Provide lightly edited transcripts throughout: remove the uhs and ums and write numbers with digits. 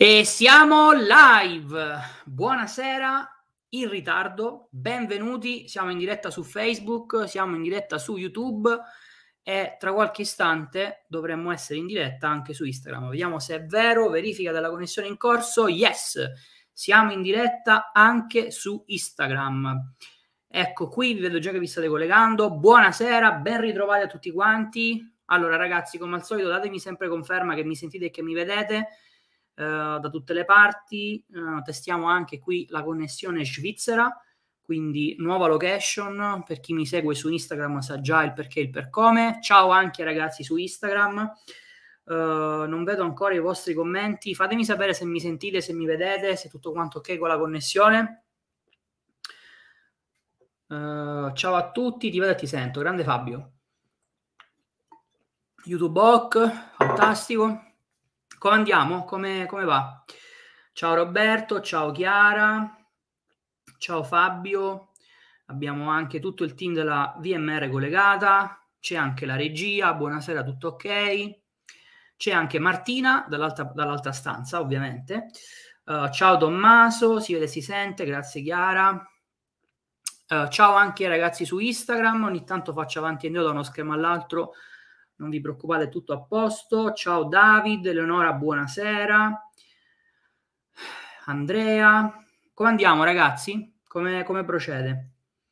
E siamo live, buonasera, in ritardo, benvenuti, siamo in diretta su Facebook, siamo in diretta su YouTube e tra qualche istante dovremmo essere in diretta anche su Instagram. Vediamo se è vero, verifica della connessione in corso, yes, siamo in diretta anche su Instagram. Ecco, qui vi vedo già che vi state collegando, buonasera, ben ritrovati a tutti quanti. Allora ragazzi, come al solito datemi sempre conferma che mi sentite e che mi vedete. Da tutte le parti, testiamo anche qui la connessione svizzera, quindi nuova location, per chi mi segue su Instagram sa già il perché e il per come. Ciao anche ragazzi su Instagram, non vedo ancora i vostri commenti, fatemi sapere se mi sentite, se mi vedete, se tutto quanto ok con la connessione. Ciao a tutti, ti vedo e ti sento, grande Fabio. YouTube Hoc, fantastico. Come andiamo? Come va? Ciao Roberto, ciao Chiara, ciao Fabio, abbiamo anche tutto il team della VMR collegata, c'è anche la regia, buonasera, tutto ok? C'è anche Martina dall'altra stanza, ovviamente. Ciao Tommaso, si vede e si sente, grazie Chiara. Ciao anche ragazzi su Instagram, ogni tanto faccio avanti e indietro da uno schermo all'altro, non vi preoccupate, è tutto a posto. Ciao David, Eleonora, buonasera. Andrea, come andiamo ragazzi? Come procede?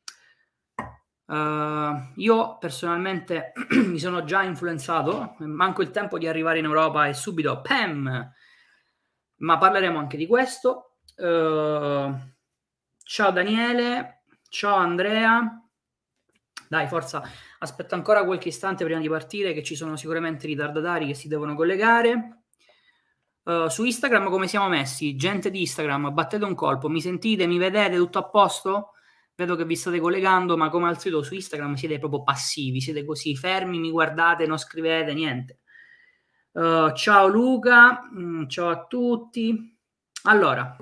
Io personalmente mi sono già influenzato, manco il tempo di arrivare in Europa e subito PAM! Ma parleremo anche di questo. Ciao Daniele, ciao Andrea. Dai, forza, aspetto ancora qualche istante prima di partire, che ci sono sicuramente ritardatari che si devono collegare. Su Instagram come siamo messi? Gente di Instagram, battete un colpo, mi sentite, mi vedete, tutto a posto? Vedo che vi state collegando, ma come al solito su Instagram siete proprio passivi, siete così fermi, mi guardate, non scrivete, niente. Ciao Luca, ciao a tutti. Allora,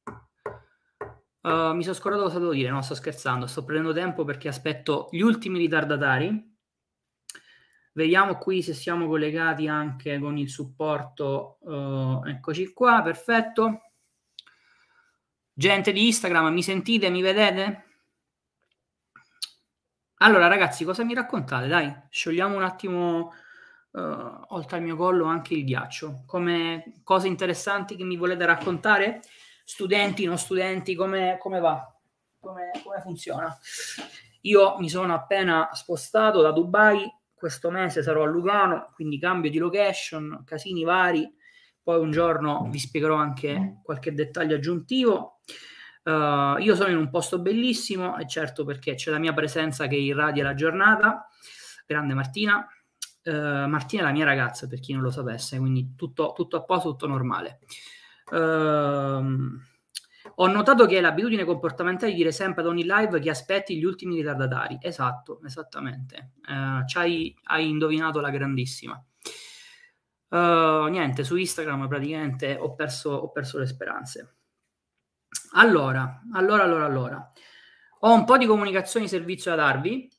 mi sono scordato cosa devo dire, no, sto scherzando, sto prendendo tempo perché aspetto gli ultimi ritardatari. Vediamo qui se siamo collegati anche con il supporto. Eccoci qua, perfetto. Gente di Instagram, mi sentite, mi vedete? Allora ragazzi, cosa mi raccontate? Dai, sciogliamo un attimo, oltre al mio collo, anche il ghiaccio. Come cose interessanti che mi volete raccontare? Studenti, non studenti, come va? Come funziona? Io mi sono appena spostato da Dubai, questo mese sarò a Lugano, quindi cambio di location, casini vari, poi un giorno vi spiegherò anche qualche dettaglio aggiuntivo. Io sono in un posto bellissimo, e certo perché c'è la mia presenza che irradia la giornata. Grande Martina. Martina è la mia ragazza, per chi non lo sapesse, quindi tutto a posto, tutto normale. Ho notato che è l'abitudine comportamentale di dire sempre ad ogni live che aspetti gli ultimi ritardatari. Esatto, esattamente. Hai indovinato la grandissima. Niente, su Instagram praticamente ho perso le speranze. Allora. Ho un po' di comunicazioni di servizio da darvi.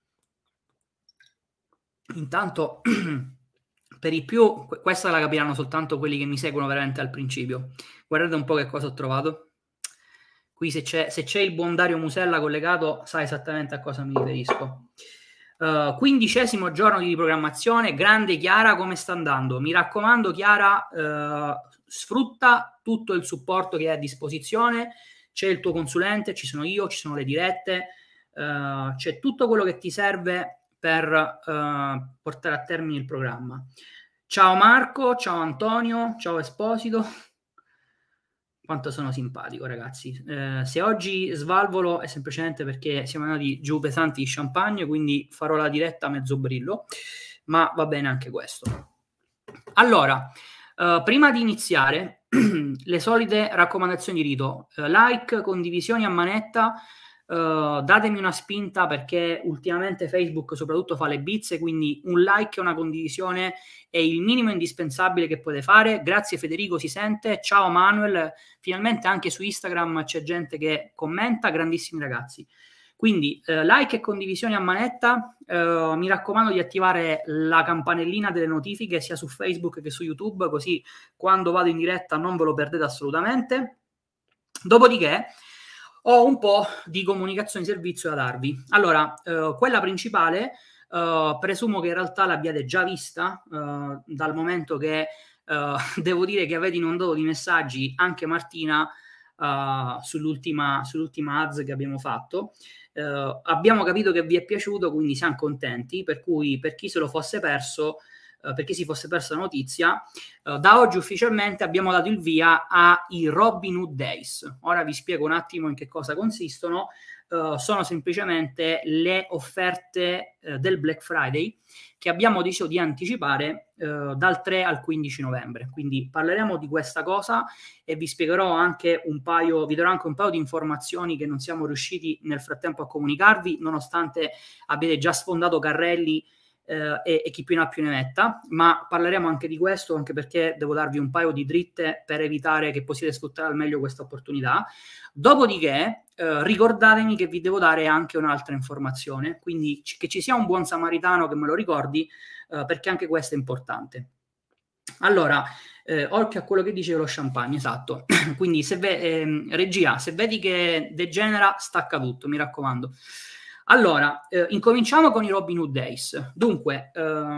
Intanto, per i più, questa la capiranno soltanto quelli che mi seguono veramente al principio. Guardate un po' che cosa ho trovato. Qui se c'è il buon Dario Musella collegato, sa esattamente a cosa mi riferisco. 15° giorno di riprogrammazione. Grande Chiara, come sta andando? Mi raccomando Chiara, sfrutta tutto il supporto che hai a disposizione, c'è il tuo consulente, ci sono io, ci sono le dirette, c'è tutto quello che ti serve per portare a termine il programma. Ciao Marco, ciao Antonio, ciao Esposito. Quanto sono simpatico ragazzi. Se oggi svalvolo è semplicemente perché siamo andati giù pesanti di champagne, quindi farò la diretta a mezzo brillo, ma va bene anche questo. Allora, prima di iniziare, le solite raccomandazioni di rito, like, condivisioni a manetta, datemi una spinta perché ultimamente Facebook soprattutto fa le bizze, quindi un like e una condivisione è il minimo indispensabile che potete fare. Grazie Federico, si sente. Ciao Manuel, finalmente anche su Instagram c'è gente che commenta, grandissimi ragazzi. Quindi like e condivisioni a manetta, mi raccomando di attivare la campanellina delle notifiche sia su Facebook che su YouTube, così quando vado in diretta non ve lo perdete assolutamente. Dopodiché ho un po' di comunicazione di servizio da darvi. Allora, quella principale presumo che in realtà l'abbiate già vista, dal momento che devo dire che avete inondato di messaggi anche Martina sull'ultima ads che abbiamo fatto. Abbiamo capito che vi è piaciuto, quindi siamo contenti, per cui per chi se lo fosse perso, per chi si fosse persa la notizia, da oggi ufficialmente abbiamo dato il via ai Robinhood Days. Ora vi spiego un attimo in che cosa consistono. Sono semplicemente le offerte del Black Friday che abbiamo deciso di anticipare dal 3 al 15 novembre. Quindi parleremo di questa cosa e vi spiegherò anche vi darò anche un paio di informazioni che non siamo riusciti nel frattempo a comunicarvi, nonostante abbiate già sfondato carrelli e chi più ne ha più ne metta, ma parleremo anche di questo, anche perché devo darvi un paio di dritte per evitare che possiate sfruttare al meglio questa opportunità. Dopodiché ricordatemi che vi devo dare anche un'altra informazione, quindi che ci sia un buon samaritano che me lo ricordi, perché anche questo è importante. Allora, occhio a quello che dice lo champagne, esatto. Quindi regia, se vedi che degenera, stacca tutto, mi raccomando. Allora, incominciamo con i Robinhood Days. Dunque,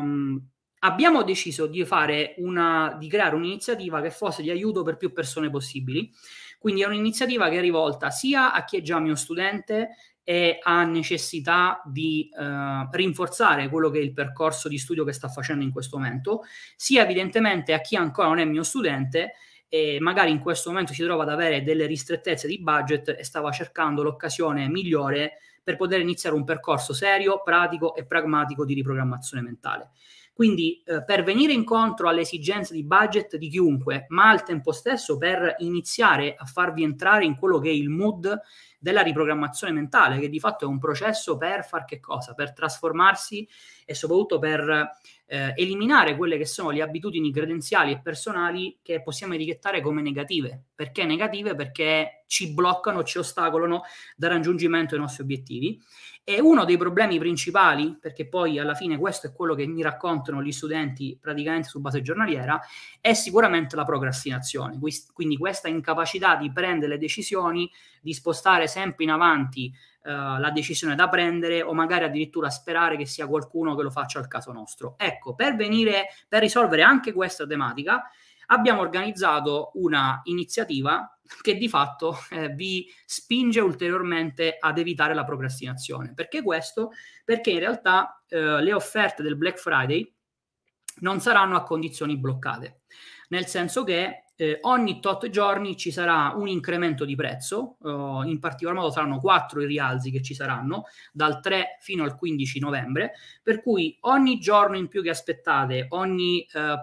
abbiamo deciso di creare un'iniziativa che fosse di aiuto per più persone possibili. Quindi è un'iniziativa che è rivolta sia a chi è già mio studente e ha necessità di rinforzare quello che è il percorso di studio che sta facendo in questo momento, sia evidentemente a chi ancora non è mio studente e magari in questo momento si trova ad avere delle ristrettezze di budget e stava cercando l'occasione migliore per poter iniziare un percorso serio, pratico e pragmatico di riprogrammazione mentale. Quindi per venire incontro alle esigenze di budget di chiunque, ma al tempo stesso per iniziare a farvi entrare in quello che è il mood della riprogrammazione mentale, che di fatto è un processo per far che cosa? Per trasformarsi e soprattutto per eliminare quelle che sono le abitudini credenziali e personali che possiamo etichettare come negative. Perché negative? Perché ci bloccano, ci ostacolano dal raggiungimento dei nostri obiettivi. E uno dei problemi principali, perché poi alla fine questo è quello che mi raccontano gli studenti praticamente su base giornaliera, è sicuramente la procrastinazione. Quindi questa incapacità di prendere le decisioni, di spostare sempre in avanti la decisione da prendere o magari addirittura sperare che sia qualcuno che lo faccia al caso nostro. Ecco, per risolvere anche questa tematica, abbiamo organizzato una iniziativa che di fatto vi spinge ulteriormente ad evitare la procrastinazione. Perché questo? Perché in realtà le offerte del Black Friday non saranno a condizioni bloccate, nel senso che ogni tot giorni ci sarà un incremento di prezzo, in particolar modo saranno 4 i rialzi che ci saranno, dal 3 fino al 15 novembre, per cui ogni giorno in più che aspettate, ogni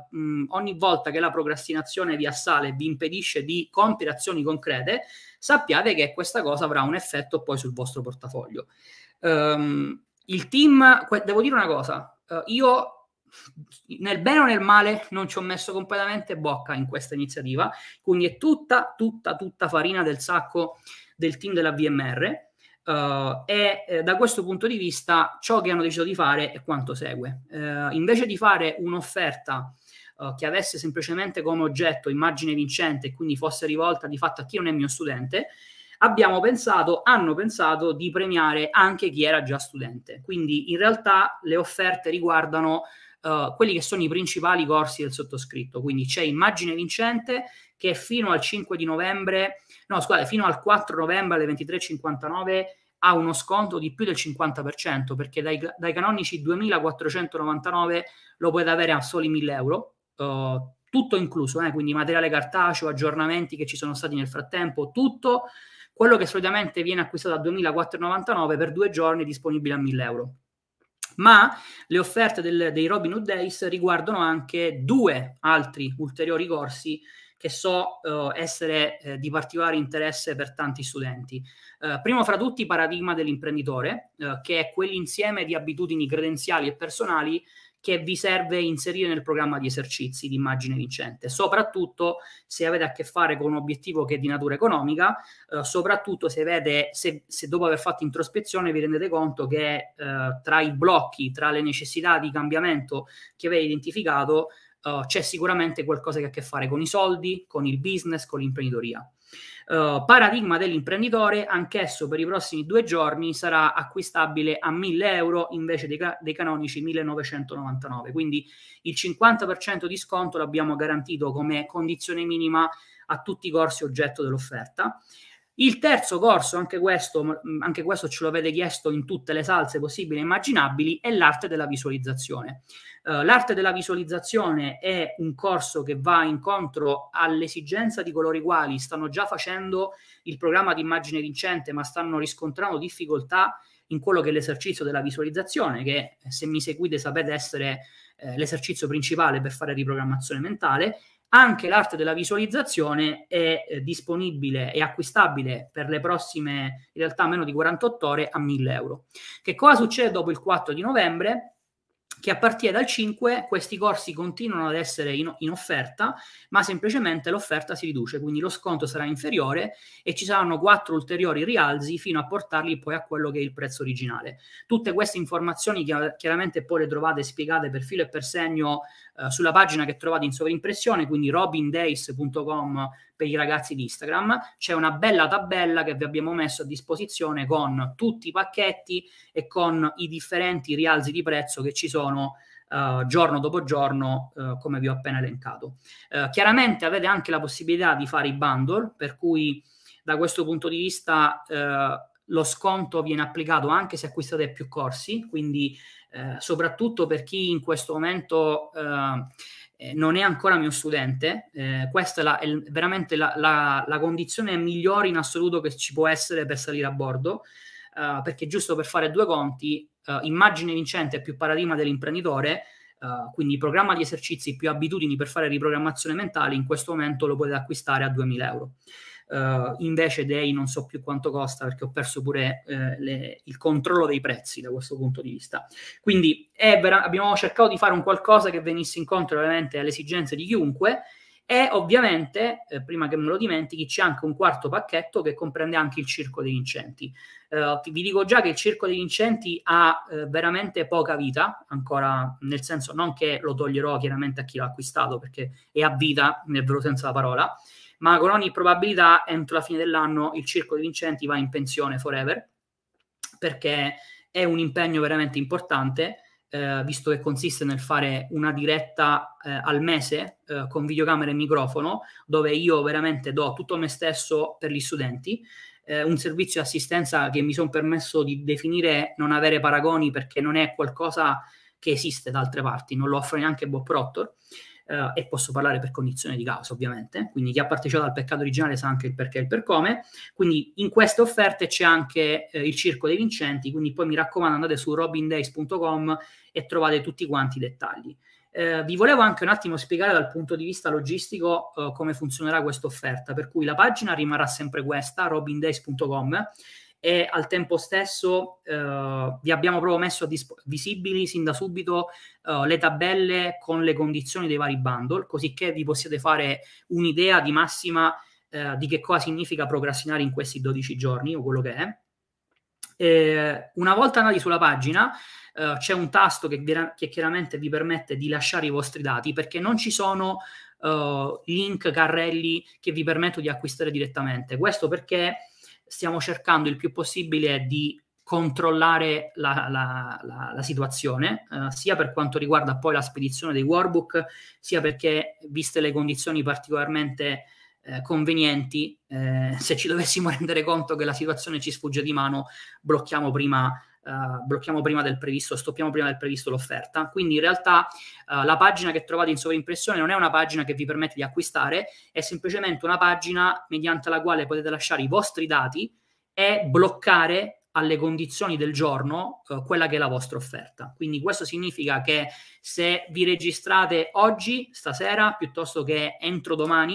volta che la procrastinazione vi assale e vi impedisce di compiere azioni concrete, sappiate che questa cosa avrà un effetto poi sul vostro portafoglio. Il team, devo dire una cosa, io nel bene o nel male non ci ho messo completamente bocca in questa iniziativa, quindi è tutta farina del sacco del team della VMR e da questo punto di vista ciò che hanno deciso di fare è quanto segue. Invece di fare un'offerta che avesse semplicemente come oggetto immagine vincente e quindi fosse rivolta di fatto a chi non è mio studente, hanno pensato di premiare anche chi era già studente. Quindi in realtà le offerte riguardano quelli che sono i principali corsi del sottoscritto. Quindi c'è Immagine Vincente che fino al 4 novembre alle 23:59 ha uno sconto di più del 50%, perché dai canonici 2.499 lo puoi avere a soli 1.000 euro, tutto incluso, quindi materiale cartaceo, aggiornamenti che ci sono stati nel frattempo, tutto quello che solitamente viene acquistato a 2.499 per 2 giorni è disponibile a 1.000 euro. Ma le offerte dei Robinhood Days riguardano anche 2 altri ulteriori corsi che so essere di particolare interesse per tanti studenti. Primo fra tutti Paradigma dell'imprenditore, che è quell'insieme di abitudini credenziali e personali che vi serve inserire nel programma di esercizi di Immagine Vincente, soprattutto se avete a che fare con un obiettivo che è di natura economica, soprattutto se dopo aver fatto introspezione vi rendete conto che tra i blocchi, tra le necessità di cambiamento che avete identificato, c'è sicuramente qualcosa che ha a che fare con i soldi, con il business, con l'imprenditoria. Paradigma dell'imprenditore, anch'esso per i prossimi 2 giorni sarà acquistabile a 1.000 euro invece dei canonici 1.999, quindi il 50% di sconto l'abbiamo garantito come condizione minima a tutti i corsi oggetto dell'offerta. Il terzo corso, anche questo ce lo avete chiesto in tutte le salse possibili e immaginabili, è l'arte della visualizzazione. L'arte della visualizzazione è un corso che va incontro all'esigenza di coloro i quali stanno già facendo il programma di Immagine Vincente ma stanno riscontrando difficoltà in quello che è l'esercizio della visualizzazione, che se mi seguite sapete essere l'esercizio principale per fare riprogrammazione mentale. Anche l'arte della visualizzazione è disponibile e acquistabile per le prossime, in realtà meno di 48 ore, a 1.000 euro. Che cosa succede dopo il 4 di novembre? Che a partire dal 5 questi corsi continuano ad essere in offerta, ma semplicemente l'offerta si riduce, quindi lo sconto sarà inferiore e ci saranno 4 ulteriori rialzi fino a portarli poi a quello che è il prezzo originale. Tutte queste informazioni chiaramente poi le trovate spiegate per filo e per segno sulla pagina che trovate in sovrimpressione, quindi robindays.com per i ragazzi di Instagram. C'è una bella tabella che vi abbiamo messo a disposizione con tutti i pacchetti e con i differenti rialzi di prezzo che ci sono giorno dopo giorno, come vi ho appena elencato. Chiaramente avete anche la possibilità di fare i bundle, per cui da questo punto di vista lo sconto viene applicato anche se acquistate più corsi, quindi soprattutto per chi in questo momento non è ancora mio studente, questa è veramente la condizione migliore in assoluto che ci può essere per salire a bordo, perché giusto per fare 2 conti, Immagine Vincente più Paradigma dell'imprenditore, quindi programma di esercizi più abitudini per fare riprogrammazione mentale, in questo momento lo potete acquistare a 2.000 euro. Invece dei non so più quanto costa, perché ho perso pure il controllo dei prezzi da questo punto di vista. Quindi abbiamo cercato di fare un qualcosa che venisse incontro ovviamente alle esigenze di chiunque, e ovviamente prima che me lo dimentichi c'è anche un quarto pacchetto che comprende anche il Circo dei Vincenti. Vi dico già che il Circo dei Vincenti ha veramente poca vita ancora, nel senso non che lo toglierò chiaramente a chi l'ha acquistato, perché è a vita nel vero senso della parola, ma con ogni probabilità entro la fine dell'anno il Circo dei Vincenti va in pensione forever, perché è un impegno veramente importante, visto che consiste nel fare una diretta al mese con videocamera e microfono, dove io veramente do tutto me stesso per gli studenti, un servizio di assistenza che mi sono permesso di definire non avere paragoni, perché non è qualcosa che esiste da altre parti, non lo offre neanche Bob Proctor. E posso parlare per condizione di causa ovviamente, quindi chi ha partecipato al peccato originale sa anche il perché e il per come. Quindi in queste offerte c'è anche il Circo dei Vincenti, quindi poi mi raccomando andate su robindays.com e trovate tutti quanti i dettagli. Vi volevo anche un attimo spiegare dal punto di vista logistico come funzionerà questa offerta, per cui la pagina rimarrà sempre questa, robindays.com, e al tempo stesso vi abbiamo proprio messo visibili sin da subito le tabelle con le condizioni dei vari bundle, così che vi possiate fare un'idea di massima di che cosa significa procrastinare in questi 12 giorni o quello che è. Una volta andati sulla pagina c'è un tasto che chiaramente vi permette di lasciare i vostri dati, perché non ci sono link, carrelli che vi permettono di acquistare direttamente. Questo perché stiamo cercando il più possibile di controllare la situazione, sia per quanto riguarda poi la spedizione dei workbook, sia perché, viste le condizioni particolarmente convenienti, se ci dovessimo rendere conto che la situazione ci sfugge di mano, blocchiamo prima del previsto, stoppiamo prima del previsto l'offerta. Quindi in realtà la pagina che trovate in sovrimpressione non è una pagina che vi permette di acquistare, è semplicemente una pagina mediante la quale potete lasciare i vostri dati e bloccare alle condizioni del giorno quella che è la vostra offerta. Quindi questo significa che se vi registrate oggi, stasera, piuttosto che entro domani,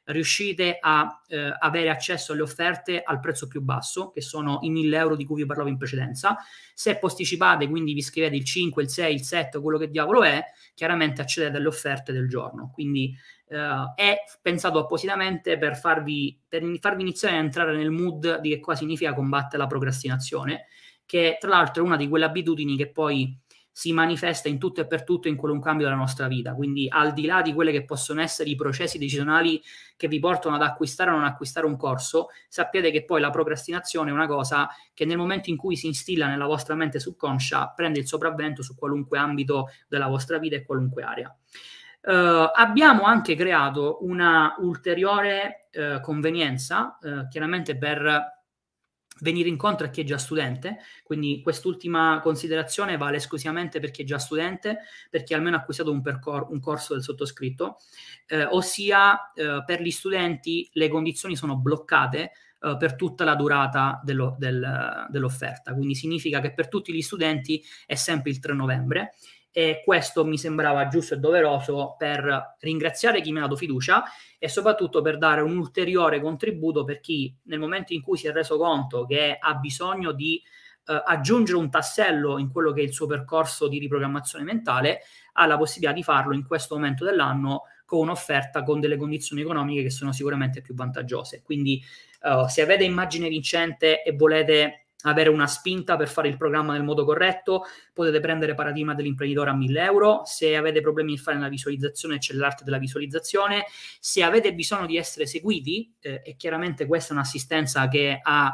riuscite a avere accesso alle offerte al prezzo più basso, che sono i 1.000 euro di cui vi parlavo in precedenza. Se posticipate, quindi vi scrivete il 5, il 6, il 7, quello che diavolo è, chiaramente accedete alle offerte del giorno. Quindi è pensato appositamente per farvi iniziare a entrare nel mood di che cosa significa combattere la procrastinazione, che tra l'altro è una di quelle abitudini che poi si manifesta in tutto e per tutto in qualunque ambito della nostra vita. Quindi al di là di quelle che possono essere i processi decisionali che vi portano ad acquistare o non acquistare un corso, sappiate che poi la procrastinazione è una cosa che nel momento in cui si instilla nella vostra mente subconscia prende il sopravvento su qualunque ambito della vostra vita e qualunque area. Abbiamo anche creato una ulteriore convenienza, chiaramente per venire incontro a chi è già studente, quindi quest'ultima considerazione vale esclusivamente per chi è già studente, per chi ha almeno acquistato un corso del sottoscritto, ossia per gli studenti le condizioni sono bloccate per tutta la durata dell'offerta, quindi significa che per tutti gli studenti è sempre il 3 novembre, e questo mi sembrava giusto e doveroso per ringraziare chi mi ha dato fiducia e soprattutto per dare un ulteriore contributo per chi nel momento in cui si è reso conto che ha bisogno di aggiungere un tassello in quello che è il suo percorso di riprogrammazione mentale, ha la possibilità di farlo in questo momento dell'anno con un'offerta con delle condizioni economiche che sono sicuramente più vantaggiose. Quindi se avete immagine vincente e volete avere una spinta per fare il programma nel modo corretto, potete prendere Paradigma dell'imprenditore a 1.000 euro. Se avete problemi a fare una visualizzazione, c'è l'arte della visualizzazione. Se avete bisogno di essere seguiti, e chiaramente questa è un'assistenza che ha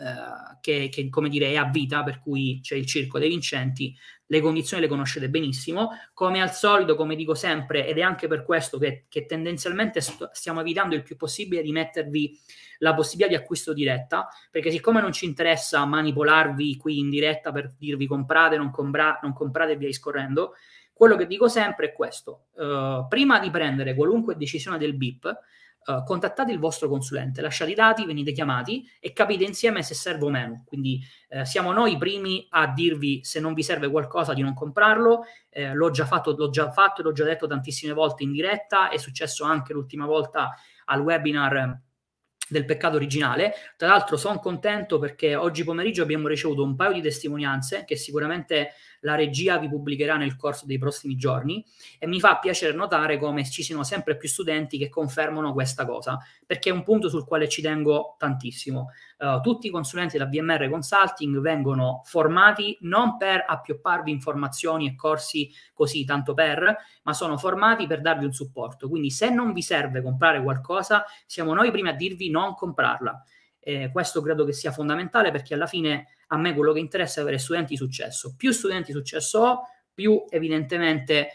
che come dire è a vita, per cui c'è il circo dei vincenti, le condizioni le conoscete benissimo, come al solito, come dico sempre, ed è anche per questo che tendenzialmente stiamo evitando il più possibile di mettervi la possibilità di acquisto diretta, perché siccome non ci interessa manipolarvi qui in diretta per dirvi comprate, non comprate e via discorrendo, quello che dico sempre è questo: prima di prendere qualunque decisione del BIP, contattate il vostro consulente, lasciate i dati, venite chiamati e capite insieme se serve o meno. Quindi siamo noi i primi a dirvi se non vi serve qualcosa di non comprarlo. L'ho già fatto, l'ho già detto tantissime volte in diretta, è successo anche l'ultima volta al webinar del peccato originale. Tra l'altro sono contento perché oggi pomeriggio abbiamo ricevuto un paio di testimonianze che sicuramente la regia vi pubblicherà nel corso dei prossimi giorni, e mi fa piacere notare come ci siano sempre più studenti che confermano questa cosa, perché è un punto sul quale ci tengo tantissimo. Tutti i consulenti della VMR Consulting vengono formati non per appiopparvi informazioni e corsi così tanto per, ma sono formati per darvi un supporto. Quindi se non vi serve comprare qualcosa, siamo noi prima a dirvi non comprarla. Questo credo che sia fondamentale, perché alla fine a me quello che interessa è avere studenti di successo. Più studenti di successo ho, più evidentemente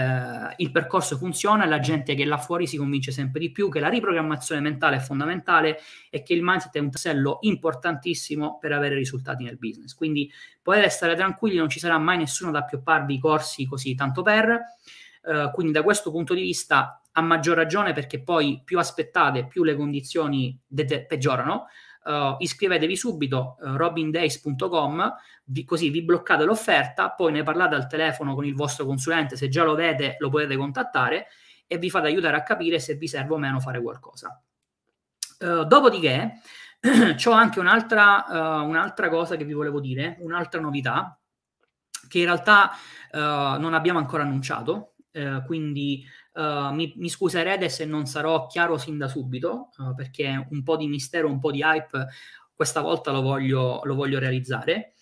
il percorso funziona e la gente che là fuori si convince sempre di più che la riprogrammazione mentale è fondamentale e che il mindset è un tassello importantissimo per avere risultati nel business. Quindi potete stare tranquilli, non ci sarà mai nessuno da appiopparvi i corsi così tanto per. Quindi da questo punto di vista, a maggior ragione, perché poi più aspettate, più le condizioni peggiorano. Iscrivetevi subito, robindays.com, così vi bloccate l'offerta, poi ne parlate al telefono con il vostro consulente, se già lo avete lo potete contattare e vi fate aiutare a capire se vi serve o meno fare qualcosa. Dopodiché c'ho anche un'altra cosa che vi volevo dire, un'altra novità che in realtà non abbiamo ancora annunciato, quindi mi scuserete se non sarò chiaro sin da subito, perché un po' di mistero, un po' di hype questa volta lo voglio realizzare.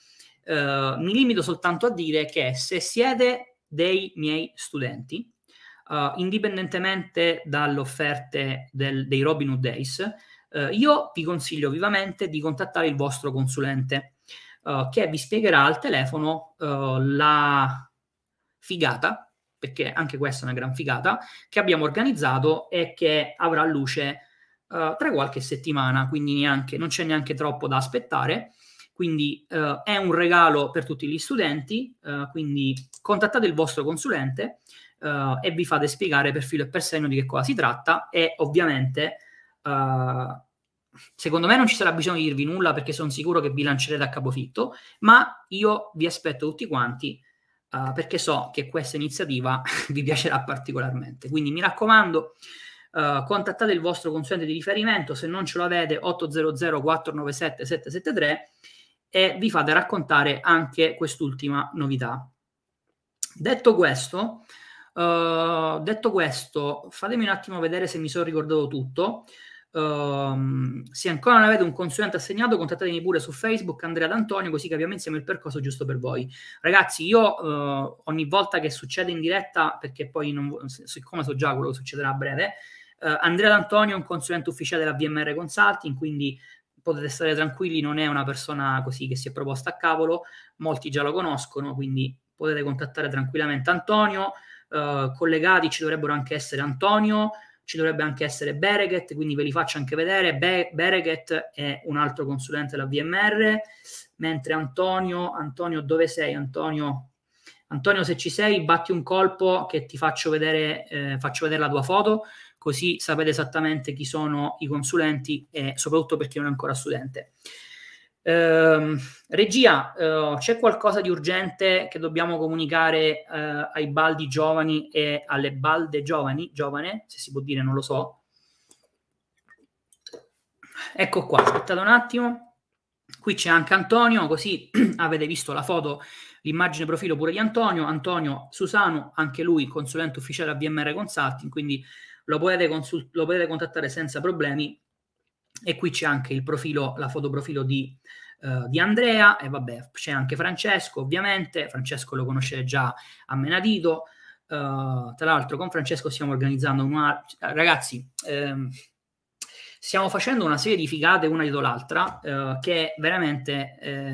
Mi limito soltanto a dire che se siete dei miei studenti, indipendentemente dalle offerte dei Robinhood Days, io vi consiglio vivamente di contattare il vostro consulente, che vi spiegherà al telefono la figata, perché anche questa è una gran figata, che abbiamo organizzato e che avrà luce tra qualche settimana, quindi non c'è neanche troppo da aspettare. Quindi è un regalo per tutti gli studenti, quindi contattate il vostro consulente e vi fate spiegare per filo e per segno di che cosa si tratta, e ovviamente secondo me non ci sarà bisogno di dirvi nulla, perché sono sicuro che vi lancerete a capofitto, ma io vi aspetto tutti quanti, perché so che questa iniziativa vi piacerà particolarmente. Quindi mi raccomando, contattate il vostro consulente di riferimento, se non ce l'avete 800 497 773 e vi fate raccontare anche quest'ultima novità. Detto questo, fatemi un attimo vedere se mi sono ricordato tutto. Se ancora non avete un consulente assegnato, contattatemi pure su Facebook, Andrea D'Antonio, così capiamo insieme il percorso giusto per voi. Ragazzi, io ogni volta che succede in diretta, perché poi siccome so già quello che succederà a breve, Andrea D'Antonio è un consulente ufficiale della VMR Consulting, quindi potete stare tranquilli, non è una persona così che si è proposta a cavolo, molti già lo conoscono, quindi potete contattare tranquillamente Antonio. Collegati ci dovrebbero anche essere Antonio, ci dovrebbe anche essere Bereget, quindi ve li faccio anche vedere. Bereget è un altro consulente della VMR, mentre Antonio, dove sei Antonio? Antonio, se ci sei, batti un colpo che ti faccio vedere la tua foto, così sapete esattamente chi sono i consulenti e soprattutto per chi non è ancora studente. Regia, c'è qualcosa di urgente che dobbiamo comunicare ai baldi giovani e alle balde giovane, se si può dire, non lo so. Ecco qua, aspettate un attimo. Qui c'è anche Antonio, così avete visto la foto, l'immagine profilo pure di Antonio Susano, anche lui consulente ufficiale a VMR Consulting, quindi lo potete contattare senza problemi. E qui c'è anche il profilo, la foto profilo di Andrea, e vabbè, c'è anche Francesco, ovviamente. Francesco lo conoscete già a menadito. Tra l'altro con Francesco stiamo organizzando ragazzi, stiamo facendo una serie di figate una dietro l'altra che veramente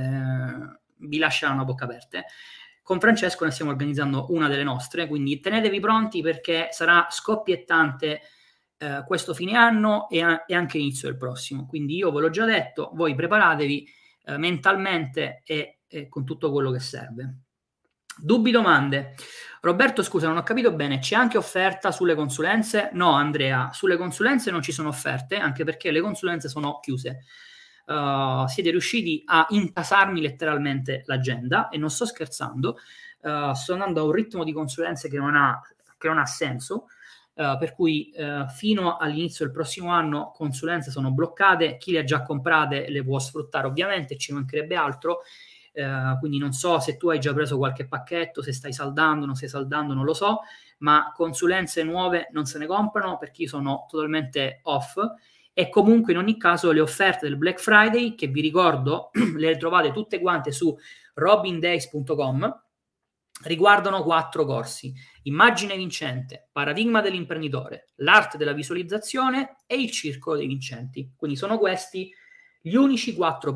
vi lasceranno a bocca aperte. Con Francesco ne stiamo organizzando una delle nostre, quindi tenetevi pronti perché sarà scoppiettante questo fine anno e anche inizio del prossimo. Quindi io ve l'ho già detto, voi preparatevi mentalmente e con tutto quello che serve. Dubbi, domande? Roberto, scusa, non ho capito bene, c'è anche offerta sulle consulenze? No, Andrea, sulle consulenze non ci sono offerte, anche perché le consulenze sono chiuse. Siete riusciti a intasarmi letteralmente l'agenda e non sto scherzando, sto andando a un ritmo di consulenze che non ha senso. Per cui fino all'inizio del prossimo anno consulenze sono bloccate, chi le ha già comprate le può sfruttare ovviamente, ci mancherebbe altro, quindi non so se tu hai già preso qualche pacchetto, se stai saldando, non stai saldando, non lo so, ma consulenze nuove non se ne comprano perché io sono totalmente off. E comunque in ogni caso le offerte del Black Friday, che vi ricordo le trovate tutte quante su robindays.com, riguardano 4 corsi: immagine vincente, paradigma dell'imprenditore, l'arte della visualizzazione e il circolo dei vincenti. Quindi sono questi gli unici 4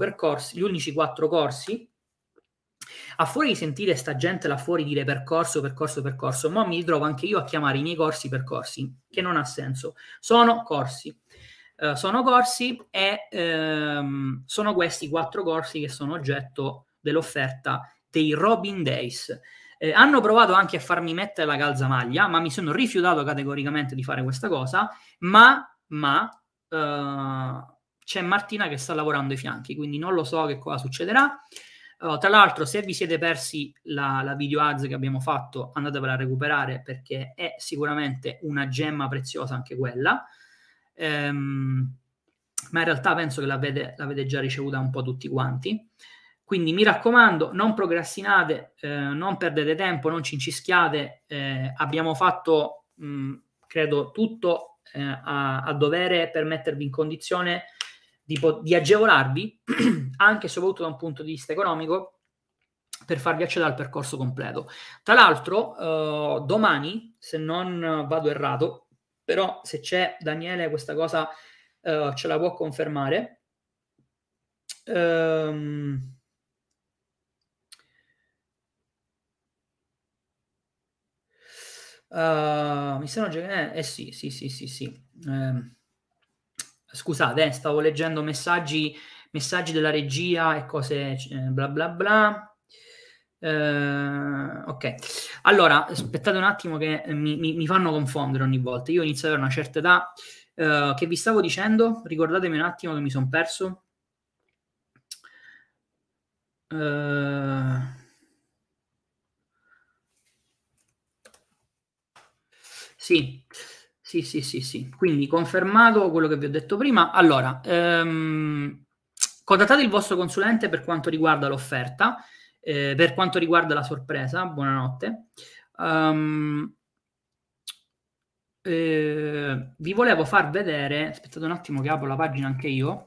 corsi. A fuori di sentire sta gente là fuori dire percorso, ma mi ritrovo anche io a chiamare i miei corsi percorsi, che non ha senso. Sono corsi. Sono corsi e sono questi 4 corsi che sono oggetto dell'offerta dei Robin Days. Hanno provato anche a farmi mettere la calzamaglia, ma mi sono rifiutato categoricamente di fare questa cosa, ma c'è Martina che sta lavorando ai fianchi, quindi non lo so che cosa succederà. Tra l'altro, se vi siete persi la video ads che abbiamo fatto, andatevela a recuperare perché è sicuramente una gemma preziosa anche quella. Ma in realtà penso che l'avete già ricevuta un po' tutti quanti. Quindi mi raccomando, non procrastinate, non perdete tempo, non cincischiate. Abbiamo fatto, credo, tutto a dovere per mettervi in condizione di agevolarvi anche e soprattutto da un punto di vista economico per farvi accedere al percorso completo. Tra l'altro, domani, se non vado errato, però se c'è Daniele questa cosa ce la può confermare. Mi stanno giocando. Sì. Scusate, stavo leggendo messaggi della regia e cose bla bla bla. Ok, allora aspettate un attimo che mi fanno confondere ogni volta. Io inizio ad avere una certa età. Che vi stavo dicendo? Ricordatemi un attimo che mi sono perso. Sì, Sì. Quindi confermato quello che vi ho detto prima. Allora, contattate il vostro consulente per quanto riguarda l'offerta, per quanto riguarda la sorpresa. Buonanotte. Vi volevo far vedere, aspettate un attimo che apro la pagina anche io.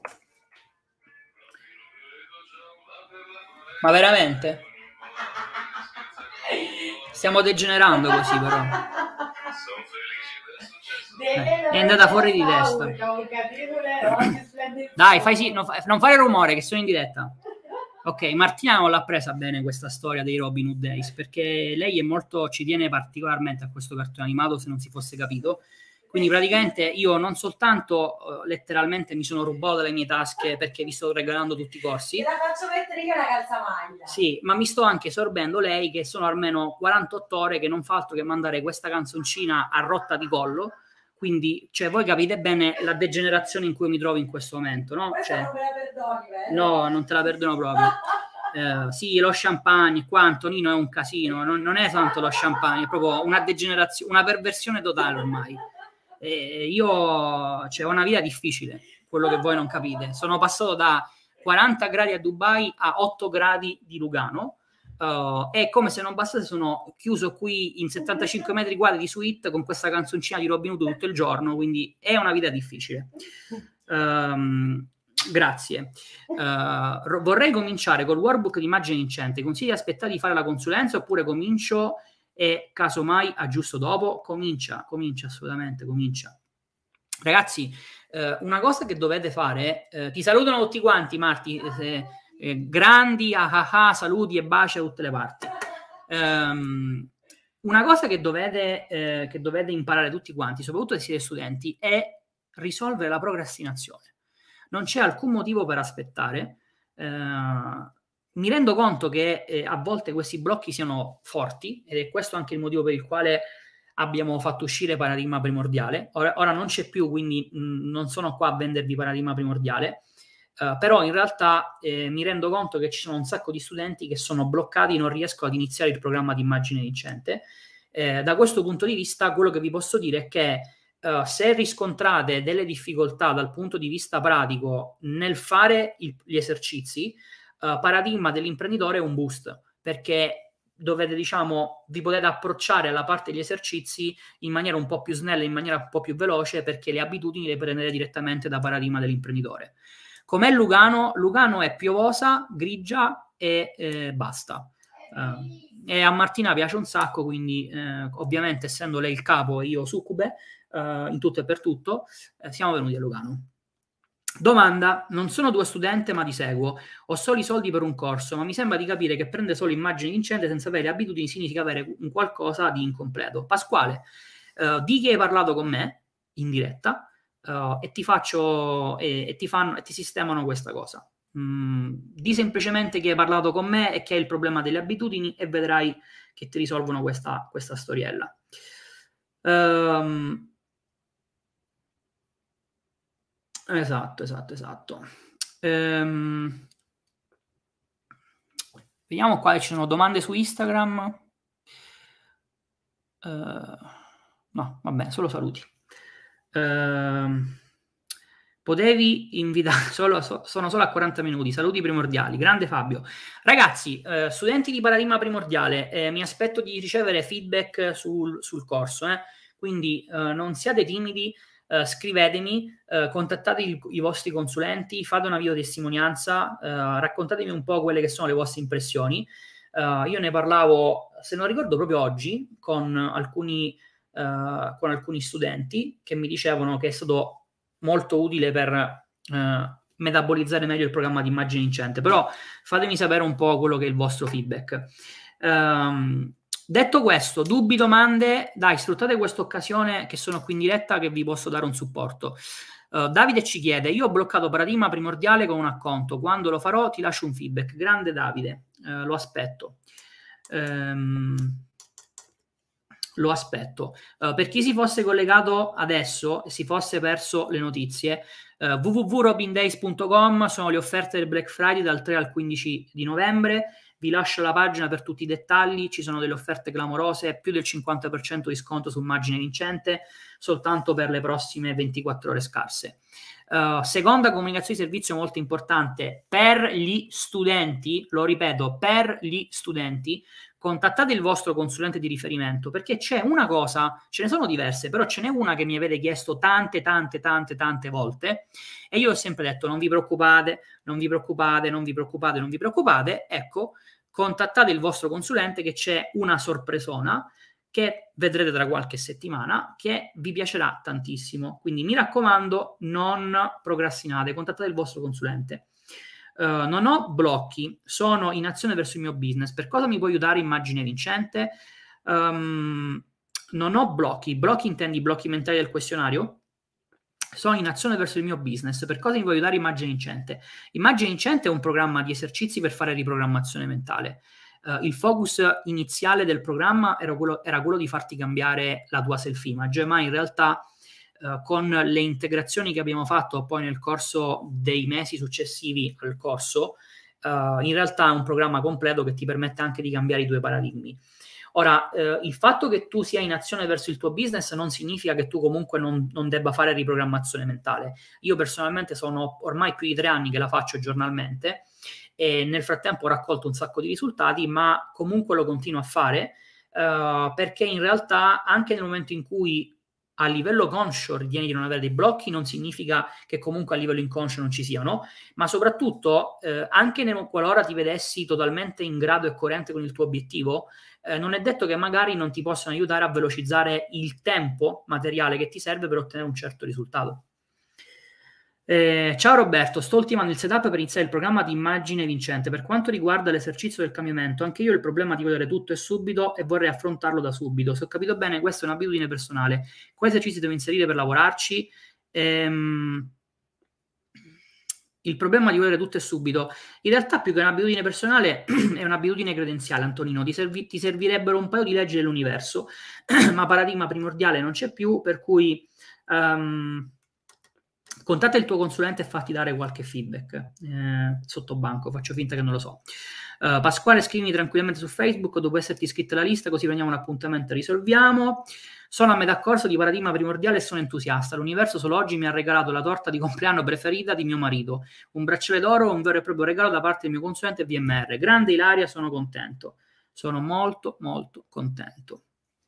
Ma veramente? Stiamo degenerando così, però. È andata fuori di testa. Dai, fai sì, non fare rumore che sono in diretta. Ok, Martina non l'ha presa bene questa storia dei Robin Hood Days, perché lei è molto, ci tiene particolarmente a questo cartone animato, se non si fosse capito. Quindi praticamente io non soltanto letteralmente mi sono rubato dalle mie tasche perché vi sto regalando tutti i corsi. Te la faccio mettere io la calzamaglia. Sì, ma mi sto anche sorbendo lei, che sono almeno 48 ore che non fa altro che mandare questa canzoncina a rotta di collo. Quindi, cioè, voi capite bene la degenerazione in cui mi trovo in questo momento, no? Questa Cioè, non me la perdoni, vero? no, non te la perdono proprio. Sì, lo champagne qua, Antonino, è un casino, non è tanto lo champagne, è proprio una degenerazione, una perversione totale ormai. Io ho una vita difficile, quello che voi non capite. Sono passato da 40 gradi a Dubai a 8 gradi di Lugano. E come se non bastasse, sono chiuso qui in 75 metri quadri di suite con questa canzoncina di Robin Hood tutto il giorno, quindi è una vita difficile. Grazie. Vorrei cominciare col workbook di immagine vincente. Consigli aspettare di fare la consulenza oppure comincio e casomai aggiusto dopo? Comincia, assolutamente, comincia. Ragazzi, una cosa che dovete fare, ti salutano tutti quanti, Marti, grandi, saluti e baci da tutte le parti. Una cosa che dovete imparare tutti quanti, soprattutto se siete studenti, è risolvere la procrastinazione. Non c'è alcun motivo per aspettare. Mi rendo conto che a volte questi blocchi siano forti ed è questo anche il motivo per il quale abbiamo fatto uscire Paradigma Primordiale. Ora non c'è più, quindi non sono qua a vendervi Paradigma Primordiale, però in realtà mi rendo conto che ci sono un sacco di studenti che sono bloccati, non riescono ad iniziare il programma di immagine vincente. Da questo punto di vista, quello che vi posso dire è che se riscontrate delle difficoltà dal punto di vista pratico nel fare gli esercizi, Paradigma dell'imprenditore è un boost, perché dovete, diciamo, vi potete approcciare alla parte degli esercizi in maniera un po' più snella, in maniera un po' più veloce, perché le abitudini le prendete direttamente da Paradigma dell'imprenditore. Com'è Lugano? Lugano è piovosa, grigia e basta. E a Martina piace un sacco, quindi ovviamente essendo lei il capo e io succube, in tutto e per tutto, siamo venuti a Lugano. Domanda: non sono tuo studente ma ti seguo, ho solo i soldi per un corso, ma mi sembra di capire che prendere solo immagini vincenti senza avere abitudini significa avere un qualcosa di incompleto. Pasquale, di che hai parlato con me in diretta e ti faccio e ti sistemano questa cosa. Di semplicemente che hai parlato con me e che hai il problema delle abitudini e vedrai che ti risolvono questa storiella. Esatto. Vediamo qua, ci sono domande su Instagram. No, vabbè, solo saluti. Potevi invitare sono solo a 40 minuti. Saluti primordiali. Grande Fabio. Ragazzi, studenti di Paradigma Primordiale, mi aspetto di ricevere feedback sul corso. Quindi non siate timidi. Scrivetemi, contattate i vostri consulenti, fate una videotestimonianza, raccontatemi un po' quelle che sono le vostre impressioni. Io ne parlavo, se non ricordo, proprio oggi con alcuni studenti che mi dicevano che è stato molto utile per metabolizzare meglio il programma di immagine vincente, però fatemi sapere un po' quello che è il vostro feedback. Detto questo, dubbi, domande, dai, sfruttate questa occasione che sono qui in diretta, che vi posso dare un supporto. Davide ci chiede: io ho bloccato Paradigma Primordiale con un acconto, quando lo farò ti lascio un feedback. Grande Davide, lo aspetto. Lo aspetto. Per chi si fosse collegato adesso e si fosse perso le notizie, www.robindays.com sono le offerte del Black Friday dal 3 al 15 di novembre. vi lascio la pagina per tutti i dettagli, ci sono delle offerte clamorose, più del 50% di sconto su immagine vincente, soltanto per le prossime 24 ore scarse. Seconda comunicazione di servizio molto importante per gli studenti, lo ripeto, per gli studenti, contattate il vostro consulente di riferimento, perché c'è una cosa, ce ne sono diverse, però ce n'è una che mi avete chiesto tante volte, e io ho sempre detto non vi preoccupate, ecco, contattate il vostro consulente che c'è una sorpresona che vedrete tra qualche settimana, che vi piacerà tantissimo. Quindi mi raccomando, non procrastinate, contattate il vostro consulente. Non ho blocchi, sono in azione verso il mio business. Per cosa mi può aiutare immagine vincente? Non ho blocchi. Blocchi intendi blocchi mentali del questionario? Sono in azione verso il mio business. Per cosa mi può aiutare immagine vincente? Immagine vincente è un programma di esercizi per fare riprogrammazione mentale. Il focus iniziale del programma era quello di farti cambiare la tua self-image, ma in realtà con le integrazioni che abbiamo fatto poi nel corso dei mesi successivi al corso, in realtà è un programma completo che ti permette anche di cambiare i tuoi paradigmi. Ora, il fatto che tu sia in azione verso il tuo business non significa che tu comunque non debba fare riprogrammazione mentale. Io personalmente sono ormai più di 3 anni che la faccio giornalmente e nel frattempo ho raccolto un sacco di risultati, ma comunque lo continuo a fare perché in realtà anche nel momento in cui a livello conscio ritieni di non avere dei blocchi, non significa che comunque a livello inconscio non ci siano, ma soprattutto anche qualora ti vedessi totalmente in grado e coerente con il tuo obiettivo, non è detto che magari non ti possano aiutare a velocizzare il tempo materiale che ti serve per ottenere un certo risultato. Ciao Roberto, sto ultimando il setup per iniziare il programma di immagine vincente. Per quanto riguarda l'esercizio del cambiamento, anche io ho il problema di volere tutto e subito e vorrei affrontarlo da subito. Se ho capito bene, questa è un'abitudine personale. Quali esercizi devo inserire per lavorarci? Il problema di volere tutto e subito. In realtà, più che un'abitudine personale, è un'abitudine credenziale, Antonino. Ti servirebbero un paio di leggi dell'universo, ma paradigma primordiale non c'è più, per cui contatta il tuo consulente e fatti dare qualche feedback sotto banco, faccio finta che non lo so. Pasquale, scrivimi tranquillamente su Facebook dopo esserti iscritto alla lista, così prendiamo un appuntamento e risolviamo. Sono a metà corso di paradigma primordiale e sono entusiasta. L'universo solo oggi mi ha regalato la torta di compleanno preferita di mio marito, un bracciale d'oro, un vero e proprio regalo da parte del mio consulente VMR. Grande Ilaria, sono contento. Sono molto contento.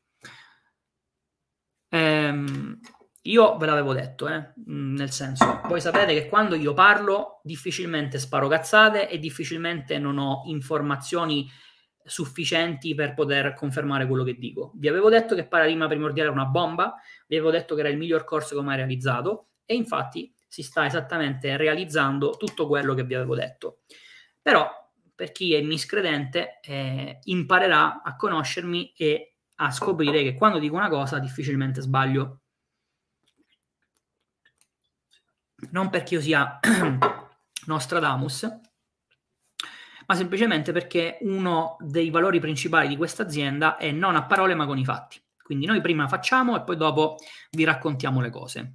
Io ve l'avevo detto, nel senso, voi sapete che quando io parlo difficilmente sparo cazzate e difficilmente non ho informazioni sufficienti per poter confermare quello che dico. Vi avevo detto che Paradigma Primordiale era una bomba, vi avevo detto che era il miglior corso che ho mai realizzato e infatti si sta esattamente realizzando tutto quello che vi avevo detto. Però per chi è miscredente imparerà a conoscermi e a scoprire che quando dico una cosa difficilmente sbaglio. Non perché io sia Nostradamus, ma semplicemente perché uno dei valori principali di questa azienda è non a parole ma con i fatti. Quindi noi prima facciamo e poi dopo vi raccontiamo le cose.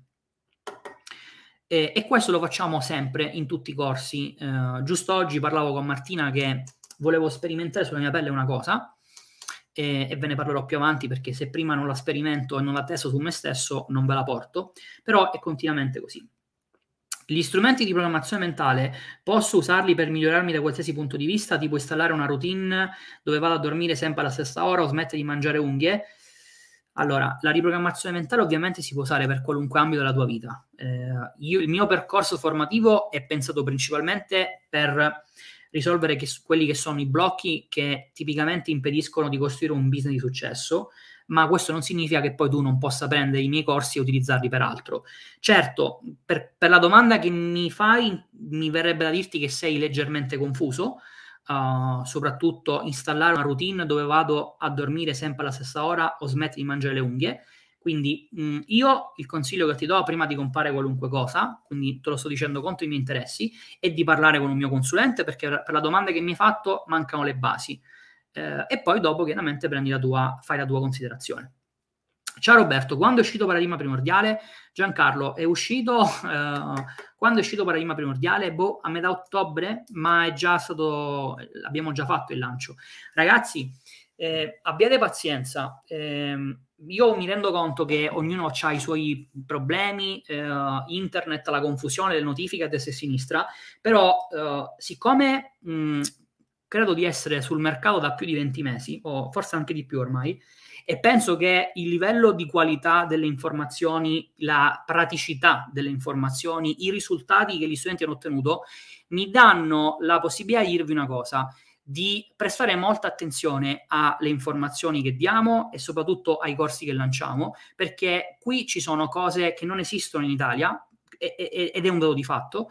E questo lo facciamo sempre in tutti i corsi. Giusto oggi parlavo con Martina che volevo sperimentare sulla mia pelle una cosa e ve ne parlerò più avanti, perché se prima non la sperimento e non la testo su me stesso non ve la porto, però è continuamente così. Gli strumenti di programmazione mentale posso usarli per migliorarmi da qualsiasi punto di vista, tipo installare una routine dove vado a dormire sempre alla stessa ora o smettere di mangiare unghie? Allora, la riprogrammazione mentale ovviamente si può usare per qualunque ambito della tua vita. Il mio percorso formativo è pensato principalmente per risolvere quelli che sono i blocchi che tipicamente impediscono di costruire un business di successo, ma questo non significa che poi tu non possa prendere i miei corsi e utilizzarli per altro. Certo, per la domanda che mi fai, mi verrebbe da dirti che sei leggermente confuso, soprattutto installare una routine dove vado a dormire sempre alla stessa ora o smettere di mangiare le unghie. Quindi io il consiglio che ti do prima di comprare qualunque cosa, quindi te lo sto dicendo contro i miei interessi, è di parlare con un mio consulente, perché per la domanda che mi hai fatto mancano le basi. E poi dopo chiaramente fai la tua considerazione. Ciao Roberto, quando è uscito Paradigma Primordiale? Giancarlo, è uscito quando è uscito Paradigma Primordiale? Boh, a metà ottobre, ma è già stato, abbiamo già fatto il lancio. Ragazzi, abbiate pazienza. Io mi rendo conto che ognuno ha i suoi problemi, internet, la confusione, le notifiche a destra e a sinistra, però siccome credo di essere sul mercato da più di 20 mesi, o forse anche di più ormai, e penso che il livello di qualità delle informazioni, la praticità delle informazioni, i risultati che gli studenti hanno ottenuto mi danno la possibilità di dirvi una cosa, di prestare molta attenzione alle informazioni che diamo e soprattutto ai corsi che lanciamo, perché qui ci sono cose che non esistono in Italia ed è un dato di fatto.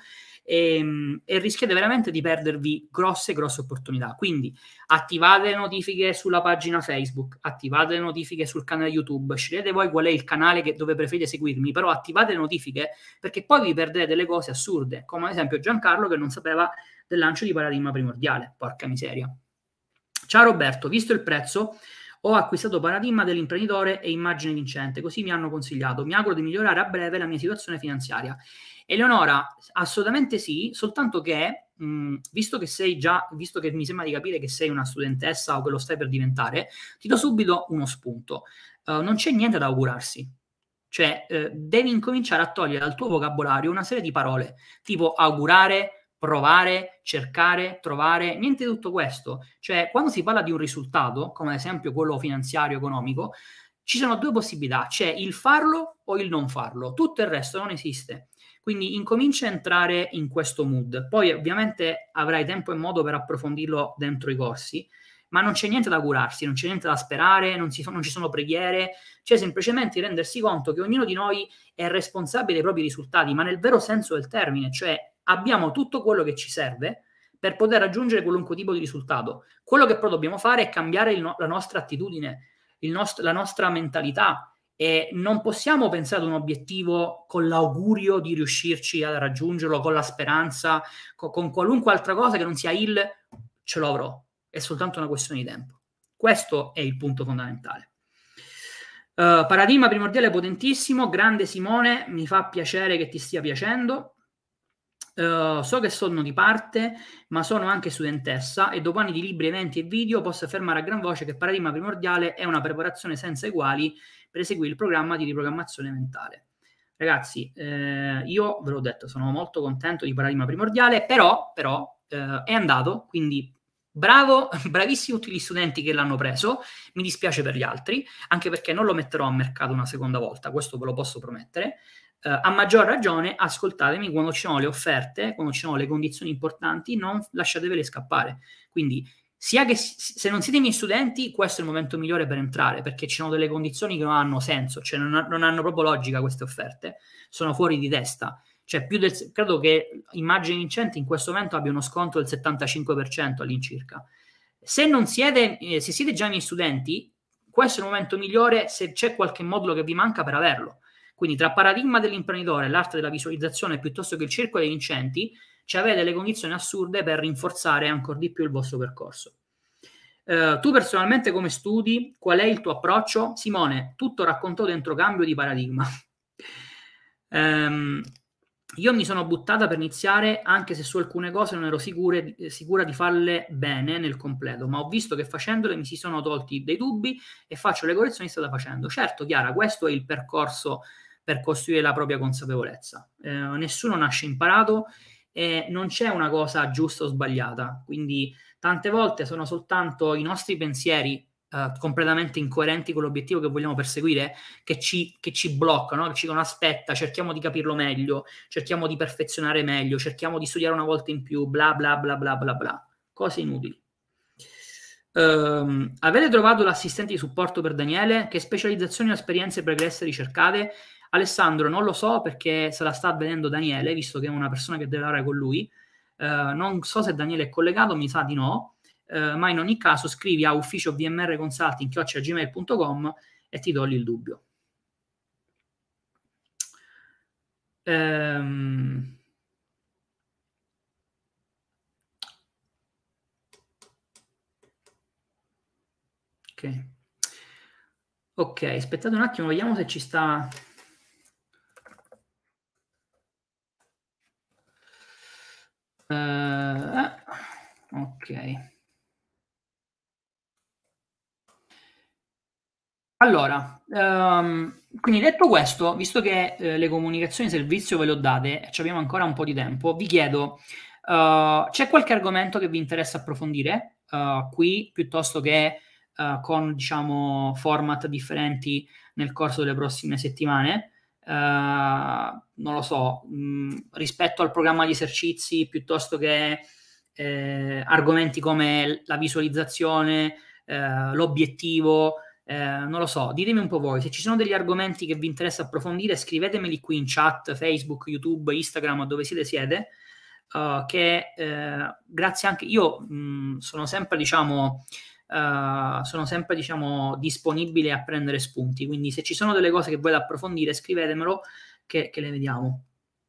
E rischiate veramente di perdervi grosse opportunità. Quindi attivate le notifiche sulla pagina Facebook, attivate le notifiche sul canale YouTube, scegliete voi qual è il canale dove preferite seguirmi, però attivate le notifiche perché poi vi perdete delle cose assurde, come ad esempio Giancarlo che non sapeva del lancio di Paradigma Primordiale, porca miseria. Ciao Roberto, visto il prezzo, ho acquistato Paradigma dell'imprenditore e Immagine Vincente, così mi hanno consigliato. Mi auguro di migliorare a breve la mia situazione finanziaria. Eleonora, assolutamente sì, soltanto che, visto che mi sembra di capire che sei una studentessa o che lo stai per diventare, ti do subito uno spunto. Non c'è niente da augurarsi. Cioè, devi incominciare a togliere dal tuo vocabolario una serie di parole, tipo augurare, provare, cercare, trovare, niente di tutto questo. Cioè, quando si parla di un risultato, come ad esempio quello finanziario, economico, ci sono due possibilità, c'è il farlo o il non farlo, tutto il resto non esiste. Quindi incomincia a entrare in questo mood. Poi ovviamente avrai tempo e modo per approfondirlo dentro i corsi, ma non c'è niente da augurarsi, non c'è niente da sperare, non ci sono preghiere, c'è semplicemente rendersi conto che ognuno di noi è responsabile dei propri risultati, ma nel vero senso del termine, cioè abbiamo tutto quello che ci serve per poter raggiungere qualunque tipo di risultato. Quello che però dobbiamo fare è cambiare la nostra attitudine, la nostra mentalità e non possiamo pensare ad un obiettivo con l'augurio di riuscirci a raggiungerlo, con la speranza, con qualunque altra cosa che non sia il ce lo avrò. È soltanto una questione di tempo. Questo è il punto fondamentale. Paradigma primordiale potentissimo, grande Simone, mi fa piacere che ti stia piacendo. So che sono di parte, ma sono anche studentessa e dopo anni di libri, eventi e video posso affermare a gran voce che Paradigma primordiale è una preparazione senza eguali per eseguire il programma di riprogrammazione mentale. Ragazzi, io ve l'ho detto, sono molto contento di Paradigma primordiale, però è andato, quindi bravo, bravissimi tutti gli studenti che l'hanno preso, mi dispiace per gli altri, anche perché non lo metterò a mercato una seconda volta, questo ve lo posso promettere. A maggior ragione, ascoltatemi, quando ci sono le offerte, quando ci sono le condizioni importanti, non lasciatevele scappare. Quindi, sia che se non siete i miei studenti, questo è il momento migliore per entrare, perché ci sono delle condizioni che non hanno senso, cioè non hanno proprio logica queste offerte, sono fuori di testa. Cioè, credo che Immagine Vincente in questo momento abbia uno sconto del 75% all'incirca. Se non siete, se siete già i miei studenti, questo è il momento migliore se c'è qualche modulo che vi manca per averlo. Quindi tra paradigma dell'imprenditore, l'arte della visualizzazione piuttosto che il circolo dei vincenti, ci avete le condizioni assurde per rinforzare ancora di più il vostro percorso. Tu personalmente come studi? Qual è il tuo approccio? Simone, tutto raccontato dentro cambio di paradigma. Io mi sono buttata per iniziare, anche se su alcune cose non ero sicura di farle bene nel completo, ma ho visto che facendole mi si sono tolti dei dubbi e faccio le correzioni che state facendo. Certo, Chiara, questo è il percorso per costruire la propria consapevolezza. Nessuno nasce imparato e non c'è una cosa giusta o sbagliata, quindi tante volte sono soltanto i nostri pensieri completamente incoerenti con l'obiettivo che vogliamo perseguire che ci bloccano, che ci dicono aspetta, cerchiamo di capirlo meglio, cerchiamo di perfezionare meglio, cerchiamo di studiare una volta in più, bla bla bla bla bla bla. Cose inutili. Avete trovato l'assistente di supporto per Daniele? Che specializzazioni o esperienze pregresse ricercate? Alessandro, non lo so perché se la sta vedendo Daniele, visto che è una persona che deve lavorare con lui. Non so se Daniele è collegato, mi sa di no, ma in ogni caso scrivi a ufficio vmrconsulting@gmail.com e ti togli il dubbio. Ok. Ok, aspettate un attimo, vediamo se ci sta... ok. Allora, quindi detto questo, visto che le comunicazioni di servizio ve le ho date e ci abbiamo ancora un po' di tempo, vi chiedo, c'è qualche argomento che vi interessa approfondire qui, piuttosto che con, diciamo, format differenti nel corso delle prossime settimane? Non lo so, rispetto al programma di esercizi, piuttosto che argomenti come la visualizzazione, l'obiettivo, non lo so, ditemi un po' voi, se ci sono degli argomenti che vi interessa approfondire, scrivetemeli qui in chat, Facebook, YouTube, Instagram, dove siete, che grazie anche, io sono sempre, diciamo, disponibile a prendere spunti, quindi se ci sono delle cose che volete approfondire, scrivetemelo che le vediamo.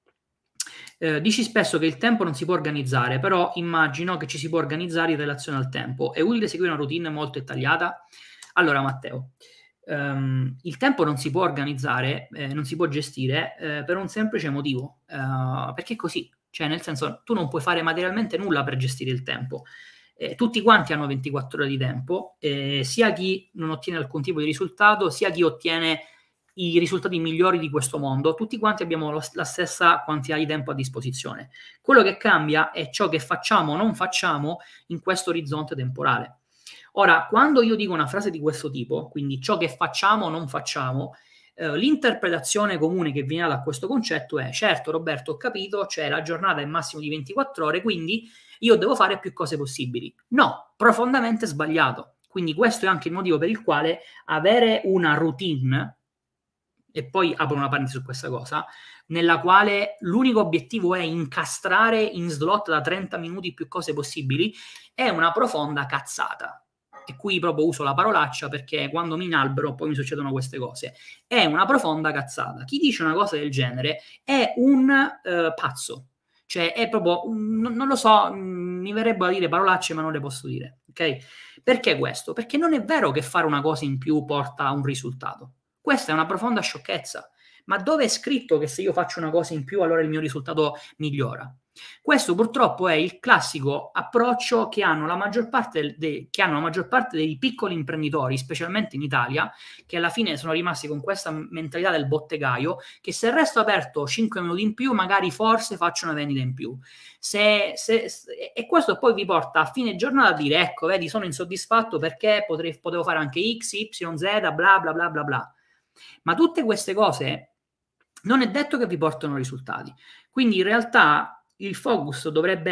Dici spesso che il tempo non si può organizzare, però immagino che ci si può organizzare in relazione al tempo. È utile seguire una routine molto dettagliata? Allora, Matteo, il tempo non si può organizzare, non si può gestire per un semplice motivo, perché è così. Cioè, nel senso, tu non puoi fare materialmente nulla per gestire il tempo. Tutti quanti hanno 24 ore di tempo, sia chi non ottiene alcun tipo di risultato, sia chi ottiene i risultati migliori di questo mondo, tutti quanti abbiamo la stessa quantità di tempo a disposizione. Quello che cambia è ciò che facciamo o non facciamo in questo orizzonte temporale. Ora, quando io dico una frase di questo tipo, quindi ciò che facciamo o non facciamo, l'interpretazione comune che viene da questo concetto è: certo, Roberto, ho capito, cioè la giornata è massimo di 24 ore, quindi io devo fare più cose possibili. No, profondamente sbagliato. Quindi questo è anche il motivo per il quale avere una routine, e poi apro una parentesi su questa cosa, nella quale l'unico obiettivo è incastrare in slot da 30 minuti più cose possibili, è una profonda cazzata. E qui proprio uso la parolaccia perché quando mi inalbero poi mi succedono queste cose. È una profonda cazzata. Chi dice una cosa del genere è un pazzo. Cioè è proprio, non lo so, mi verrebbe a dire parolacce ma non le posso dire. Ok? Perché questo? Perché non è vero che fare una cosa in più porta a un risultato. Questa è una profonda sciocchezza. Ma dove è scritto che se io faccio una cosa in più allora il mio risultato migliora? Questo purtroppo è il classico approccio che hanno la maggior parte, dei piccoli imprenditori, specialmente in Italia, che alla fine sono rimasti con questa mentalità del bottegaio, che se resto aperto 5 minuti in più, magari forse faccio una vendita in più. E questo poi vi porta a fine giornata a dire: ecco, vedi, sono insoddisfatto perché potevo fare anche X, Y, Z, bla bla bla bla bla. Ma tutte queste cose non è detto che vi portano risultati. Quindi in realtà il focus,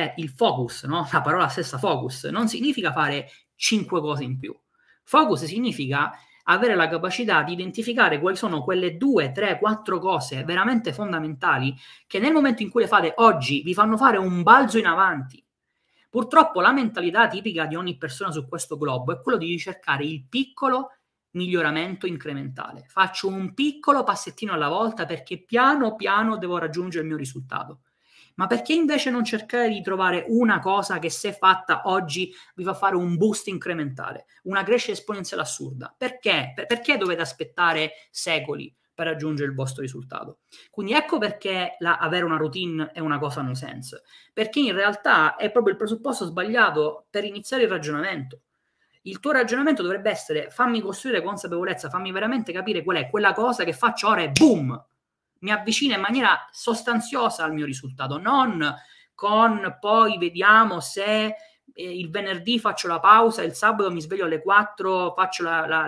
no? La parola stessa focus, non significa fare 5 cose in più. Focus significa avere la capacità di identificare quali sono quelle 2, 3, 4 cose veramente fondamentali che nel momento in cui le fate oggi vi fanno fare un balzo in avanti. Purtroppo la mentalità tipica di ogni persona su questo globo è quello di ricercare il piccolo miglioramento incrementale. Faccio un piccolo passettino alla volta perché piano piano devo raggiungere il mio risultato. Ma perché invece non cercare di trovare una cosa che, se fatta oggi, vi fa fare un boost incrementale, una crescita esponenziale assurda? Perché? Perché dovete aspettare secoli per raggiungere il vostro risultato? Quindi ecco perché avere una routine è una cosa no sense, perché in realtà è proprio il presupposto sbagliato per iniziare il ragionamento. Il tuo ragionamento dovrebbe essere: fammi costruire consapevolezza, fammi veramente capire qual è quella cosa che faccio ora e boom, mi avvicina in maniera sostanziosa al mio risultato, non con poi vediamo se il venerdì faccio la pausa, il sabato mi sveglio alle 4, faccio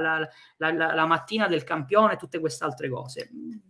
la mattina del campione, tutte queste altre cose.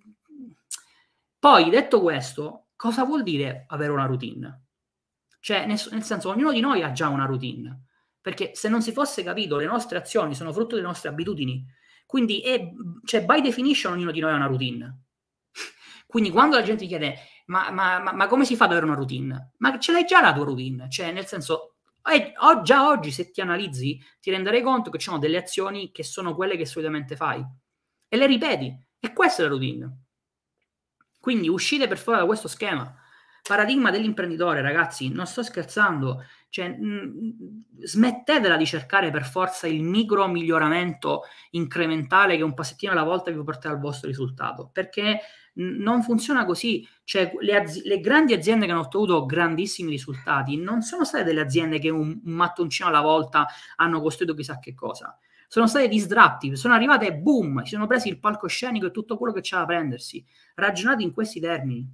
Poi, detto questo, cosa vuol dire avere una routine? Cioè, nel senso, ognuno di noi ha già una routine, perché se non si fosse capito, le nostre azioni sono frutto delle nostre abitudini, quindi cioè, by definition ognuno di noi ha una routine. Quindi quando la gente chiede ma come si fa ad avere una routine? Ma ce l'hai già la tua routine? Cioè, nel senso, già oggi se ti analizzi ti renderai conto che ci sono delle azioni che sono quelle che solitamente fai e le ripeti, e questa è la routine. Quindi uscite per fuori da questo schema. Paradigma dell'imprenditore, ragazzi, non sto scherzando. Cioè, smettetela di cercare per forza il micro miglioramento incrementale che un passettino alla volta vi può portare al vostro risultato, perché non funziona così. Cioè, le grandi aziende che hanno ottenuto grandissimi risultati non sono state delle aziende che un mattoncino alla volta hanno costruito chissà che cosa. Sono state disruptive, sono arrivate e boom, si sono presi il palcoscenico e tutto quello che c'era da prendersi. Ragionate in questi termini.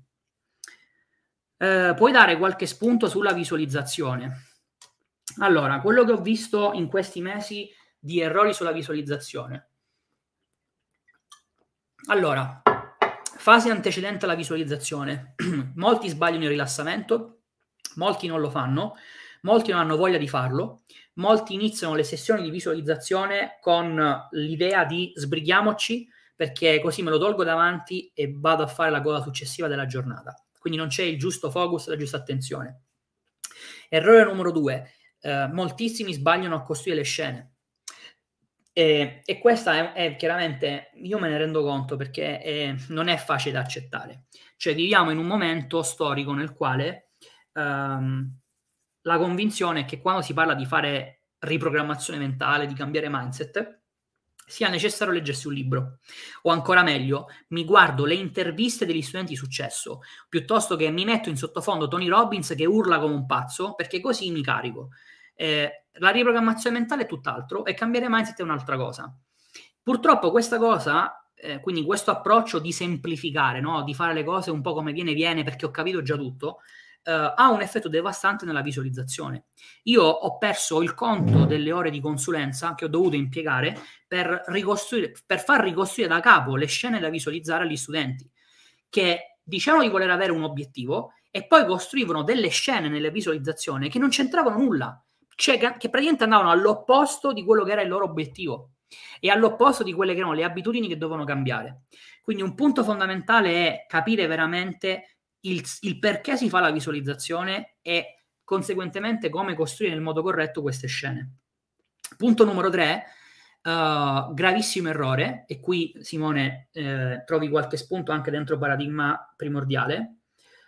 Puoi dare qualche spunto sulla visualizzazione? Allora, quello che ho visto in questi mesi di errori sulla visualizzazione. Allora, fase antecedente alla visualizzazione. Molti sbagliano il rilassamento, molti non lo fanno, molti non hanno voglia di farlo, molti iniziano le sessioni di visualizzazione con l'idea di sbrighiamoci perché così me lo tolgo davanti e vado a fare la cosa successiva della giornata. Quindi non c'è il giusto focus, la giusta attenzione. Errore numero 2. Moltissimi sbagliano a costruire le scene. E questa è chiaramente, io me ne rendo conto perché non è facile da accettare. Cioè viviamo in un momento storico nel quale la convinzione è che quando si parla di fare riprogrammazione mentale, di cambiare mindset, sia necessario leggersi un libro. O ancora meglio, mi guardo le interviste degli studenti di successo, piuttosto che mi metto in sottofondo Tony Robbins che urla come un pazzo, perché così mi carico. La riprogrammazione mentale è tutt'altro e cambiare mindset è un'altra cosa. Purtroppo questa cosa, quindi questo approccio di semplificare, no? Di fare le cose un po' come viene perché ho capito già tutto, ha un effetto devastante nella visualizzazione. Io ho perso il conto delle ore di consulenza che ho dovuto impiegare per far ricostruire da capo le scene da visualizzare agli studenti che dicevano di voler avere un obiettivo e poi costruivano delle scene nelle visualizzazioni che non c'entravano nulla, cioè che praticamente andavano all'opposto di quello che era il loro obiettivo e all'opposto di quelle che erano le abitudini che dovevano cambiare. Quindi un punto fondamentale è capire veramente il perché si fa la visualizzazione e conseguentemente come costruire nel modo corretto queste scene. Punto numero 3, gravissimo errore, e qui Simone trovi qualche spunto anche dentro paradigma primordiale,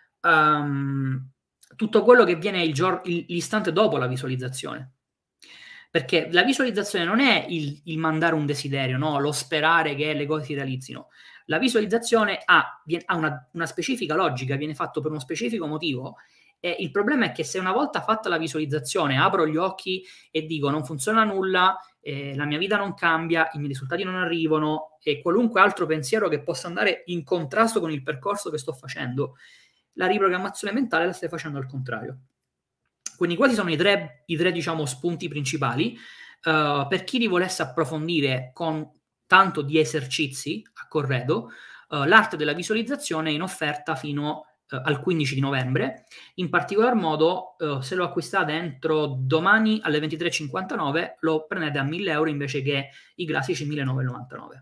tutto quello che viene l'istante dopo la visualizzazione. Perché la visualizzazione non è il mandare un desiderio, no? Lo sperare che le cose si realizzino. La visualizzazione ha una specifica logica, viene fatto per uno specifico motivo. E il problema è che se una volta fatta la visualizzazione apro gli occhi e dico non funziona nulla, la mia vita non cambia, i miei risultati non arrivano e qualunque altro pensiero che possa andare in contrasto con il percorso che sto facendo, la riprogrammazione mentale la stai facendo al contrario. Quindi questi sono i tre diciamo, spunti principali. Per chi li volesse approfondire con tanto di esercizi a corredo, l'arte della visualizzazione è in offerta fino al 15 di novembre. In particolar modo, se lo acquistate entro domani alle 23:59, lo prendete a 1.000 euro invece che i classici 1.999.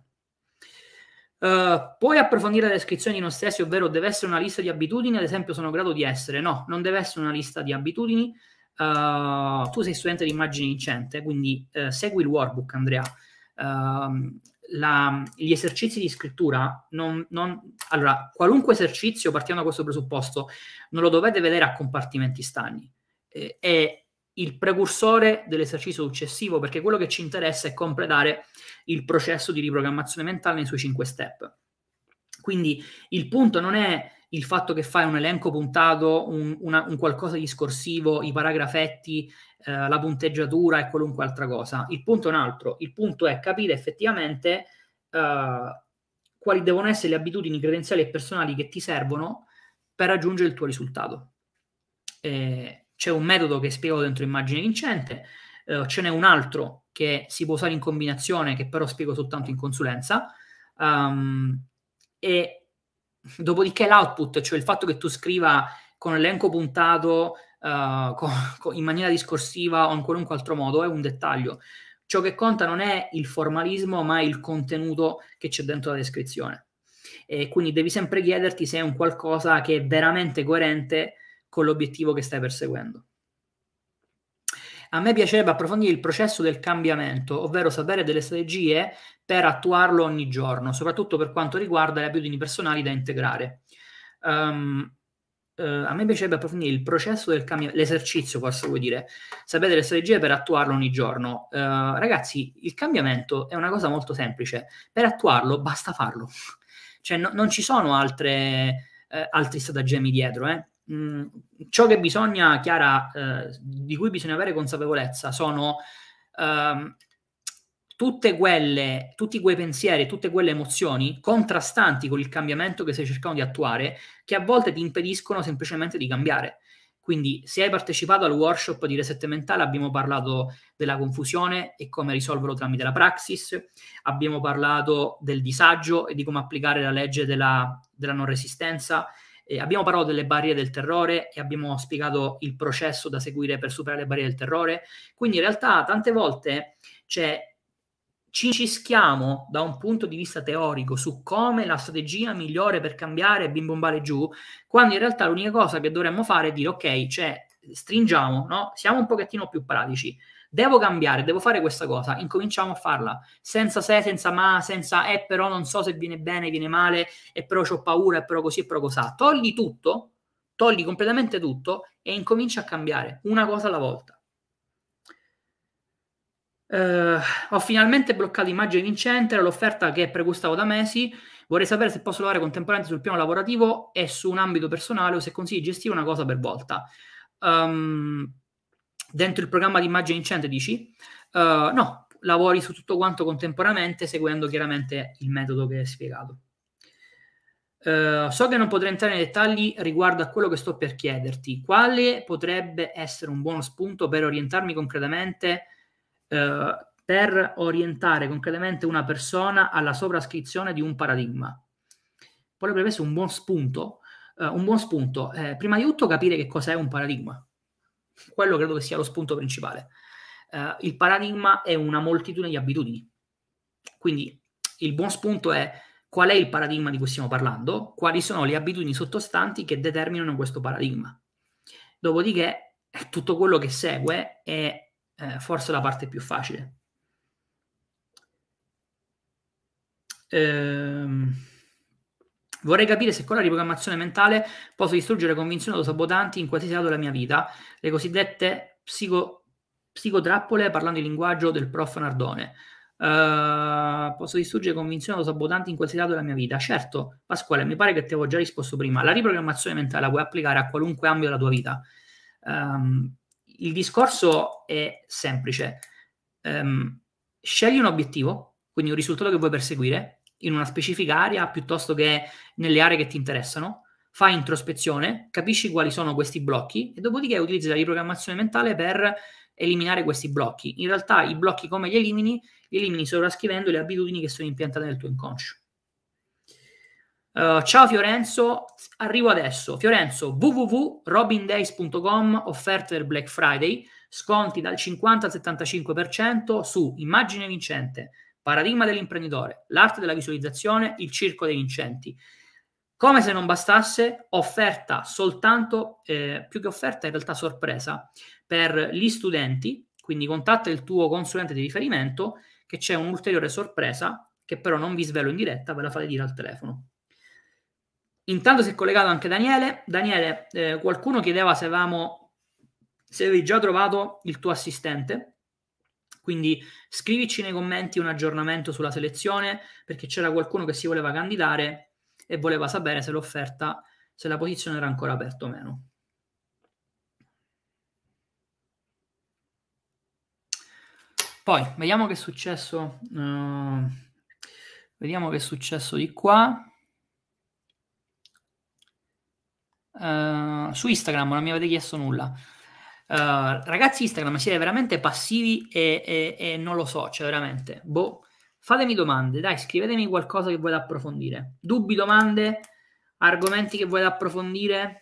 Puoi approfondire la descrizione di noi stessi, ovvero deve essere una lista di abitudini, ad esempio sono grado di essere. No, non deve essere una lista di abitudini. Tu sei studente di immagine vincente, quindi segui il workbook, Andrea. Gli esercizi di scrittura allora, qualunque esercizio, partiamo da questo presupposto, non lo dovete vedere a compartimenti stagni. È il precursore dell'esercizio successivo, perché quello che ci interessa è completare il processo di riprogrammazione mentale nei suoi 5 step. Quindi il punto non è il fatto che fai un elenco puntato, un qualcosa di discorsivo, i paragrafetti, la punteggiatura e qualunque altra cosa. Il punto è un altro. Il punto è capire effettivamente quali devono essere le abitudini credenziali e personali che ti servono per raggiungere il tuo risultato. C'è un metodo che spiego dentro Immagine Vincente, ce n'è un altro che si può usare in combinazione, che però spiego soltanto in consulenza, e dopodiché l'output, cioè il fatto che tu scriva con elenco puntato, in maniera discorsiva o in qualunque altro modo, è un dettaglio. Ciò che conta non è il formalismo, ma il contenuto che c'è dentro la descrizione. E quindi devi sempre chiederti se è un qualcosa che è veramente coerente con l'obiettivo che stai perseguendo. A me piacerebbe approfondire il processo del cambiamento, ovvero sapere delle strategie per attuarlo ogni giorno, soprattutto per quanto riguarda le abitudini personali da integrare. a me piacerebbe approfondire il processo del cambiamento, l'esercizio, forse vuoi dire, sapere le strategie per attuarlo ogni giorno. Ragazzi, il cambiamento è una cosa molto semplice, per attuarlo basta farlo, cioè non ci sono altri stratagemmi dietro, ciò che bisogna, Chiara, di cui bisogna avere consapevolezza sono tutti quei pensieri, tutte quelle emozioni contrastanti con il cambiamento che stai cercando di attuare, che a volte ti impediscono semplicemente di cambiare. Quindi, se hai partecipato al workshop di Reset Mentale, abbiamo parlato della confusione e come risolverlo tramite la praxis, abbiamo parlato del disagio e di come applicare la legge della non resistenza, abbiamo parlato delle barriere del terrore e abbiamo spiegato il processo da seguire per superare le barriere del terrore. Quindi, in realtà, tante volte ci cischiamo da un punto di vista teorico su come la strategia migliore per cambiare e bim bombare giù, quando in realtà l'unica cosa che dovremmo fare è dire ok, cioè stringiamo, no? Siamo un pochettino più pratici. Devo cambiare, devo fare questa cosa, incominciamo a farla, senza se, senza ma, senza però non so se viene bene, viene male, e però ho paura, e però così, e però cos'ha. Togli tutto, togli completamente tutto e incominci a cambiare, una cosa alla volta. Ho finalmente bloccato Immagine Vincente, era l'offerta che pregustavo da mesi. Vorrei sapere se posso lavorare contemporaneamente sul piano lavorativo e su un ambito personale o se consigli gestire una cosa per volta. Dentro il programma di Immagine Vincente dici? No, lavori su tutto quanto contemporaneamente seguendo chiaramente il metodo che hai spiegato. So che non potrei entrare nei dettagli riguardo a quello che sto per chiederti. Quale potrebbe essere un buono spunto per orientarmi concretamente per orientare concretamente una persona alla sovrascrizione di un paradigma? Potrebbe essere un buon spunto. Prima di tutto capire che cos'è un paradigma. Quello credo che sia lo spunto principale. Il paradigma è una moltitudine di abitudini. Quindi il buon spunto è qual è il paradigma di cui stiamo parlando, quali sono le abitudini sottostanti che determinano questo paradigma. Dopodiché tutto quello che segue è forse la parte più facile. Vorrei capire se con la riprogrammazione mentale posso distruggere convinzioni autosabotanti in qualsiasi lato della mia vita, le cosiddette psicotrappole, parlando il linguaggio del prof Nardone. Posso distruggere convinzioni autosabotanti in qualsiasi lato della mia vita. Certo, Pasquale, mi pare che ti avevo già risposto prima. La riprogrammazione mentale la puoi applicare a qualunque ambito della tua vita. Il discorso è semplice. Scegli un obiettivo, quindi un risultato che vuoi perseguire in una specifica area piuttosto che nelle aree che ti interessano, fai introspezione, capisci quali sono questi blocchi e dopodiché utilizzi la riprogrammazione mentale per eliminare questi blocchi. In realtà i blocchi come li elimini? Li elimini sovrascrivendo le abitudini che sono impiantate nel tuo inconscio. Ciao Fiorenzo, arrivo adesso. Fiorenzo, www.robindays.com, offerte del Black Friday, sconti dal 50 al 75% su Immagine Vincente, Paradigma dell'imprenditore, l'arte della visualizzazione, il circo dei vincenti. Come se non bastasse, offerta soltanto, più che offerta in realtà sorpresa, per gli studenti, quindi contatta il tuo consulente di riferimento, che c'è un'ulteriore sorpresa, che però non vi svelo in diretta, ve la fate dire al telefono. Intanto si è collegato anche Daniele. Daniele, qualcuno chiedeva se avevi già trovato il tuo assistente, quindi scrivici nei commenti un aggiornamento sulla selezione, perché c'era qualcuno che si voleva candidare e voleva sapere se l'offerta, se la posizione era ancora aperta o meno. Poi, vediamo che è successo. Vediamo che è successo di qua. Su Instagram non mi avete chiesto nulla. Ragazzi, Instagram siete veramente passivi e non lo so, cioè veramente, fatemi domande, dai, scrivetemi qualcosa che volete approfondire, dubbi, domande, argomenti che volete approfondire.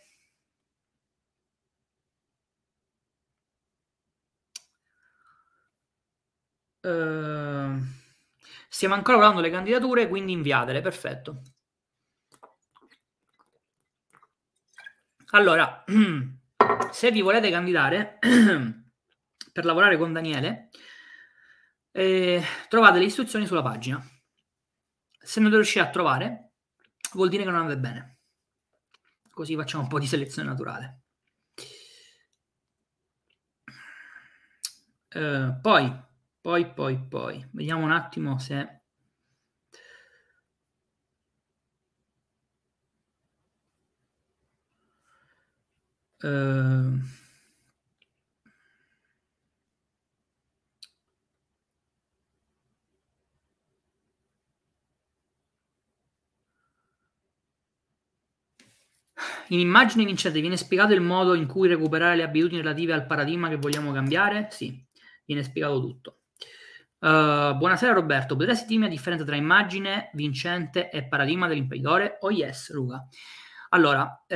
Stiamo ancora valutando le candidature, quindi inviatele, perfetto. Allora, se vi volete candidare per lavorare con Daniele, trovate le istruzioni sulla pagina. Se non le riuscite a trovare, vuol dire che non andate bene. così facciamo un po' di selezione naturale. Poi, vediamo un attimo se... In immagine vincente viene spiegato il modo in cui recuperare le abitudini relative al paradigma che vogliamo cambiare? Sì, viene spiegato tutto. Buonasera Roberto, potresti dirmi la differenza tra immagine vincente e paradigma dell'imprenditore? Oh yes, Luca. Allora,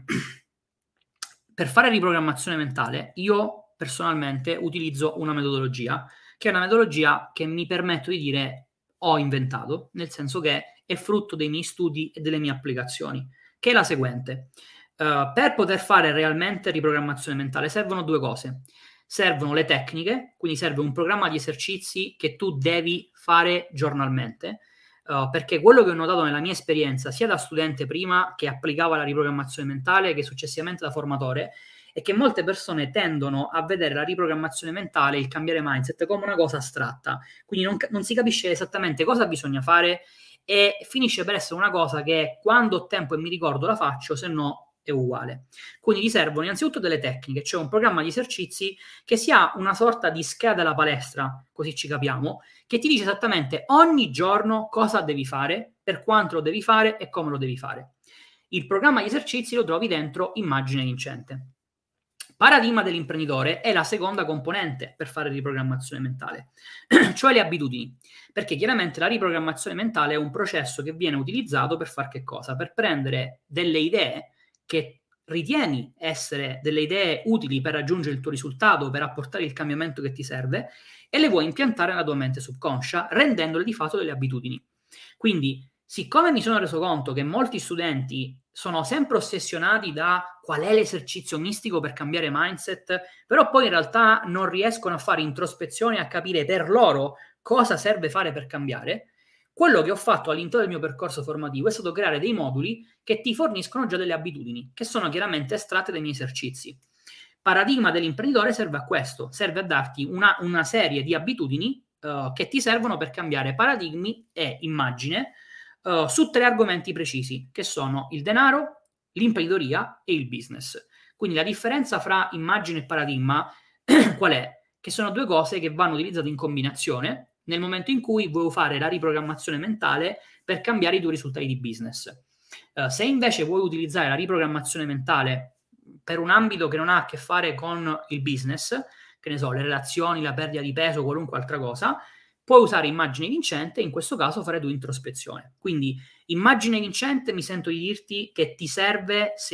per fare riprogrammazione mentale, io personalmente utilizzo una metodologia, che è una metodologia che mi permetto di dire ho inventato, nel senso che è frutto dei miei studi e delle mie applicazioni, che è la seguente. Per poter fare realmente riprogrammazione mentale servono due cose. Servono le tecniche, quindi serve un programma di esercizi che tu devi fare giornalmente, perché quello che ho notato nella mia esperienza, sia da studente prima che applicava la riprogrammazione mentale, che successivamente da formatore, è che molte persone tendono a vedere la riprogrammazione mentale, il cambiare mindset, come una cosa astratta. Quindi non si capisce esattamente cosa bisogna fare e finisce per essere una cosa che quando ho tempo e mi ricordo la faccio, se no è uguale. Quindi ti servono innanzitutto delle tecniche, cioè un programma di esercizi che sia una sorta di scheda della palestra, così ci capiamo, che ti dice esattamente ogni giorno cosa devi fare, per quanto lo devi fare e come lo devi fare. Il programma di esercizi lo trovi dentro Immagine Vincente. Paradigma dell'imprenditore è la seconda componente per fare riprogrammazione mentale, cioè le abitudini, perché chiaramente la riprogrammazione mentale è un processo che viene utilizzato per fare che cosa? Per prendere delle idee che ritieni essere delle idee utili per raggiungere il tuo risultato, per apportare il cambiamento che ti serve, e le vuoi impiantare nella tua mente subconscia, rendendole di fatto delle abitudini. Quindi, siccome mi sono reso conto che molti studenti sono sempre ossessionati da qual è l'esercizio mistico per cambiare mindset, però poi in realtà non riescono a fare introspezione e a capire per loro cosa serve fare per cambiare, quello che ho fatto all'interno del mio percorso formativo è stato creare dei moduli che ti forniscono già delle abitudini, che sono chiaramente estratte dai miei esercizi. Paradigma dell'imprenditore serve a questo, serve a darti una serie di abitudini che ti servono per cambiare paradigmi e immagine su tre argomenti precisi, che sono il denaro, l'imprenditoria e il business. Quindi la differenza fra immagine e paradigma qual è? Che sono due cose che vanno utilizzate in combinazione nel momento in cui vuoi fare la riprogrammazione mentale per cambiare i tuoi risultati di business. Se invece vuoi utilizzare la riprogrammazione mentale per un ambito che non ha a che fare con il business, che ne so, le relazioni, la perdita di peso, qualunque altra cosa, puoi usare immagine vincente e in questo caso fare tu introspezione. Quindi immagine vincente mi sento di dirti che ti serve se